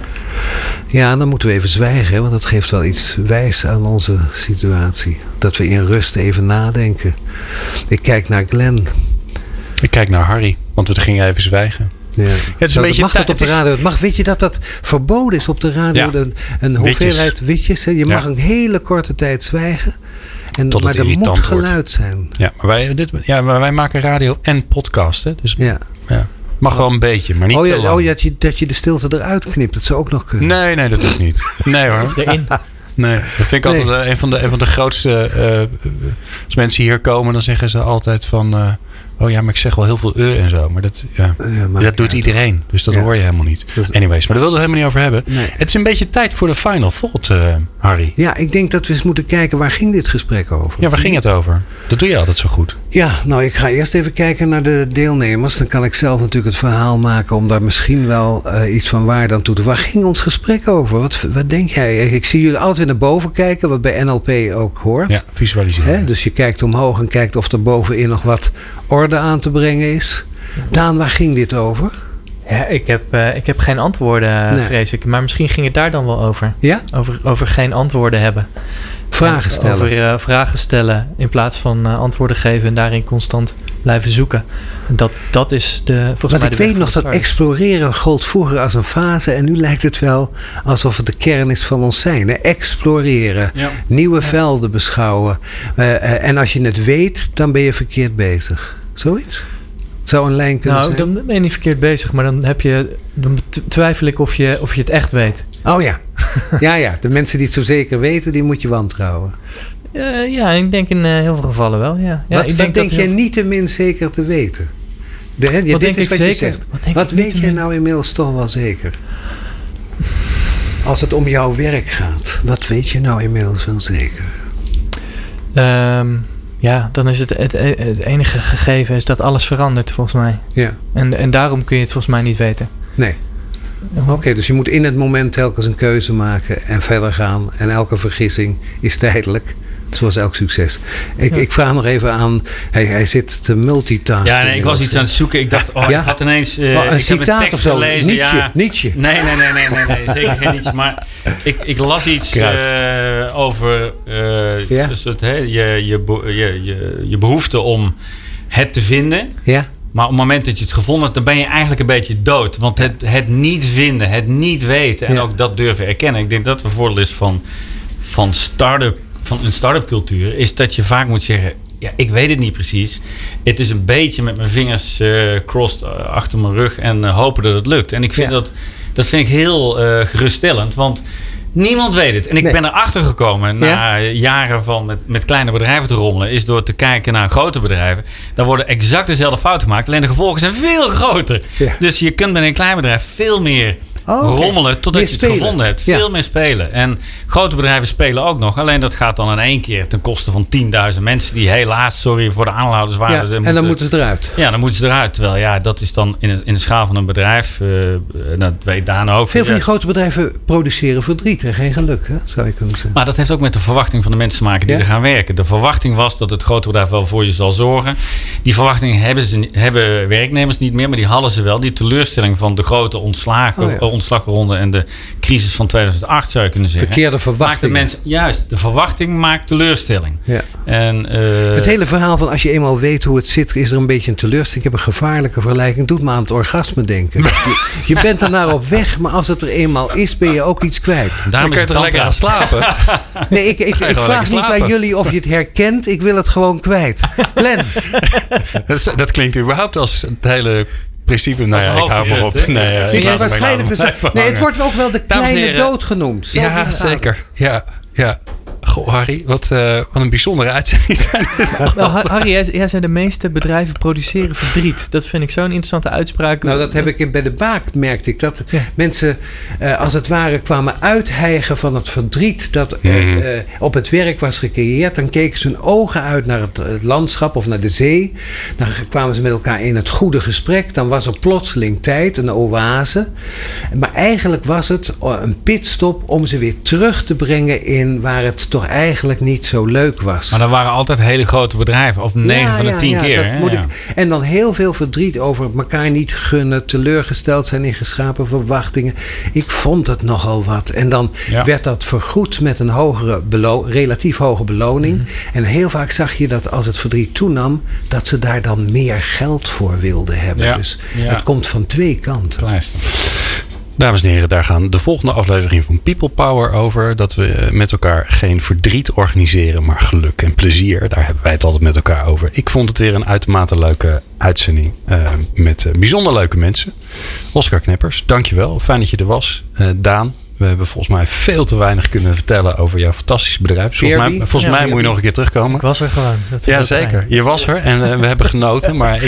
Ja, dan moeten we even zwijgen, hè, want dat geeft wel iets wijs aan onze situatie. Dat we in rust even nadenken. Ik kijk naar Glenn. Ik kijk naar Harry, want we gingen even zwijgen. Ja. Het is een beetje mag het op de radio. Weet je dat verboden is op de radio? Ja. Een hoeveelheid witjes. Hè? Je mag een hele korte tijd zwijgen. Maar er moet geluid zijn. Ja, maar wij maken radio en podcast. Hè? Dus ja. Mag wel een beetje, maar niet te lang. Dat je de stilte eruit knipt. Dat zou ook nog kunnen. Nee, dat doe ik niet. Nee hoor. Erin. Nee, dat vind ik altijd een van de grootste... als mensen hier komen, dan zeggen ze altijd van... oh ja, maar ik zeg wel heel veel en zo. Maar dat doet iedereen. Dus dat hoor je helemaal niet. Anyways, maar daar wilden we helemaal niet over hebben. Nee. Het is een beetje tijd voor de final thought, Harry. Ja, ik denk dat we eens moeten kijken, waar ging dit gesprek over? Ja, waar ging het over? Dat doe je altijd zo goed. Ja, nou, ik ga eerst even kijken naar de deelnemers. Dan kan ik zelf natuurlijk het verhaal maken om daar misschien wel iets van waarde aan toe te voegen. Waar ging ons gesprek over? Wat denk jij? Ik zie jullie altijd weer naar boven kijken, wat bij NLP ook hoort. Ja, visualiseren. Dus je kijkt omhoog en kijkt of er bovenin nog wat orde aan te brengen is. Daan, waar ging dit over? Ja, ik heb geen antwoorden, vrees ik. Maar misschien ging het daar dan wel over. Ja? Over geen antwoorden hebben. Vragen stellen. Over vragen stellen in plaats van antwoorden geven en daarin constant blijven zoeken. Dat is volgens mij. Maar ik weet nog dat exploreren gold vroeger als een fase en nu lijkt het wel alsof het de kern is van ons zijn. Hè? Exploreren, nieuwe velden beschouwen. En als je het weet, dan ben je verkeerd bezig. Zoiets? Zou een lijn kunnen zijn? Dan ben je niet verkeerd bezig, maar dan twijfel ik of je het echt weet. Oh ja. Ja. De mensen die het zo zeker weten, die moet je wantrouwen. Ik denk in heel veel gevallen wel, ja. Wat denk jij niet te min zeker te weten? Wat denk ik zeker? Wat weet jij nou inmiddels toch wel zeker? Als het om jouw werk gaat, wat weet je nou inmiddels wel zeker? Dan is het enige gegeven is dat alles verandert volgens mij. Ja. En daarom kun je het volgens mij niet weten. Nee. Oké, dus je moet in het moment telkens een keuze maken en verder gaan. En elke vergissing is tijdelijk. Zoals elk succes. Ik vraag nog even aan. Hij zit te multitasken. Ja, nee, ik was iets aan het zoeken. Ik dacht, ik had ineens. een ik heb een tekst of zo. gelezen. Nietzsche. Nee, zeker geen Nietzsche. Maar ik las iets over je behoefte om het te vinden. Ja. Maar op het moment dat je het gevonden hebt, dan ben je eigenlijk een beetje dood. Want het niet vinden, het niet weten en ook dat durven erkennen. Ik denk dat het een voordeel is van een start-up cultuur, is dat je vaak moet zeggen, ja, ik weet het niet precies. Het is een beetje met mijn vingers crossed achter mijn rug en hopen dat het lukt. En ik vind dat vind ik heel geruststellend, want niemand weet het. En ik ben erachter gekomen na jaren van met kleine bedrijven te rommelen, is door te kijken naar grote bedrijven. Daar worden exact dezelfde fouten gemaakt. Alleen de gevolgen zijn veel groter. Ja. Dus je kunt met een klein bedrijf veel meer rommelen totdat je het gevonden hebt. Veel meer spelen. En grote bedrijven spelen ook nog. Alleen dat gaat dan in één keer ten koste van 10.000 mensen die helaas, sorry voor de aanhouders waren. En dan moeten ze eruit. Ja, dan moeten ze eruit. Terwijl dat is dan in de schaal van een bedrijf. Dat weet Daan ook. Veel van die grote bedrijven produceren verdriet en geen geluk, hè? Zou je kunnen zeggen. Maar dat heeft ook met de verwachting van de mensen te maken die er gaan werken. De verwachting was dat het grote bedrijf wel voor je zal zorgen. Die verwachting hebben werknemers niet meer, maar die hadden ze wel. Die teleurstelling van de grote ontslagronde en de crisis van 2008 zou je kunnen zeggen. Verkeerde verwachting. Juist, de verwachting maakt teleurstelling. Ja. En, het hele verhaal van als je eenmaal weet hoe het zit, is er een beetje een teleurstelling. Ik heb een gevaarlijke vergelijking. Doet me aan het orgasme denken. Je bent er naar op weg, maar als het er eenmaal is, ben je ook iets kwijt. Daarom kun je toch lekker aan slapen? Nee, ik vraag niet aan jullie of je het herkent. Ik wil het gewoon kwijt. Glenn. Dat klinkt überhaupt als het hele principe. Nou ja, ik hou maar op. Het wordt ook wel de kleine dood genoemd. Ja, zeker. Ja. Goh, Harry, wat een bijzondere uitzending zijn dit. Harry, jij zei de meeste bedrijven produceren verdriet. Dat vind ik zo'n interessante uitspraak. Nou, dat heb ik bij de Baak, merkte ik. Dat mensen als het ware kwamen uithijgen van het verdriet dat op het werk was gecreëerd. Dan keken ze hun ogen uit naar het landschap of naar de zee. Dan kwamen ze met elkaar in het goede gesprek. Dan was er plotseling tijd, een oase. Maar eigenlijk was het een pitstop om ze weer terug te brengen in waar het toch eigenlijk niet zo leuk was. Maar dat waren altijd hele grote bedrijven. Of 9 van de 10 keer. En dan heel veel verdriet over elkaar niet gunnen. Teleurgesteld zijn in geschapen verwachtingen. Ik vond het nogal wat. En dan werd dat vergoed met een relatief hoge beloning. En heel vaak zag je dat als het verdriet toenam, dat ze daar dan meer geld voor wilden hebben. Ja. Dus het komt van twee kanten. Pleister. Dames en heren, daar gaan de volgende aflevering van People Power over. Dat we met elkaar geen verdriet organiseren, maar geluk en plezier. Daar hebben wij het altijd met elkaar over. Ik vond het weer een uitermate leuke uitzending met bijzonder leuke mensen. Oscar Kneppers, dankjewel. Fijn dat je er was. Daan. We hebben volgens mij veel te weinig kunnen vertellen over jouw fantastische bedrijf. Volgens mij moet je nog een keer terugkomen. Ik was er gewoon. Ja, zeker. Je was er en we hebben genoten. Maar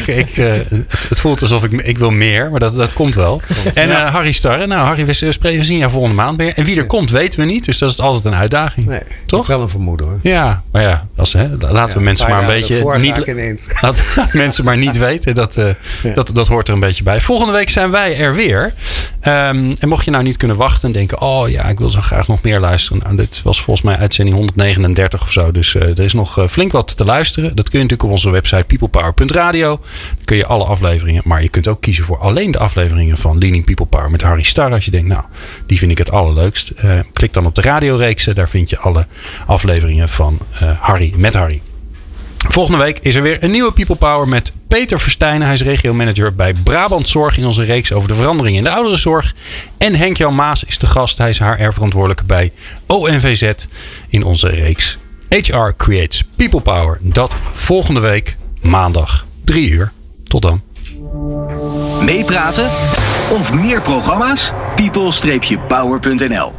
het voelt alsof ik wil meer. Maar dat komt wel. En Harry Starre. Nou, Harry, we zien jou volgende maand weer. En wie er komt, weten we niet. Dus dat is altijd een uitdaging. Nee, toch? Wel een vermoeden hoor. Ja, maar ja. Laten we mensen maar een beetje niet... Laat mensen maar niet weten. Dat hoort er een beetje bij. Volgende week zijn wij er weer. En mocht je nou niet kunnen wachten en denken, oh ja, ik wil zo graag nog meer luisteren. Nou, dit was volgens mij uitzending 139 of zo. Dus er is nog flink wat te luisteren. Dat kun je natuurlijk op onze website peoplepower.radio. Dan kun je alle afleveringen, maar je kunt ook kiezen voor alleen de afleveringen van Leading People Power met Harry Starre. Als je denkt, nou, die vind ik het allerleukst. Klik dan op de radioreeksen. Daar vind je alle afleveringen van Harry met Harry. Volgende week is er weer een nieuwe People Power met Peter Verstijnen. Hij is regiomanager bij Brabant Zorg in onze reeks over de veranderingen in de ouderenzorg. En Henk-Jan Maas is de gast. Hij is HR-verantwoordelijke bij ONVZ in onze reeks HR Creates People Power. Dat volgende week maandag 3 uur. Tot dan. Meepraten of meer programma's? people-power.nl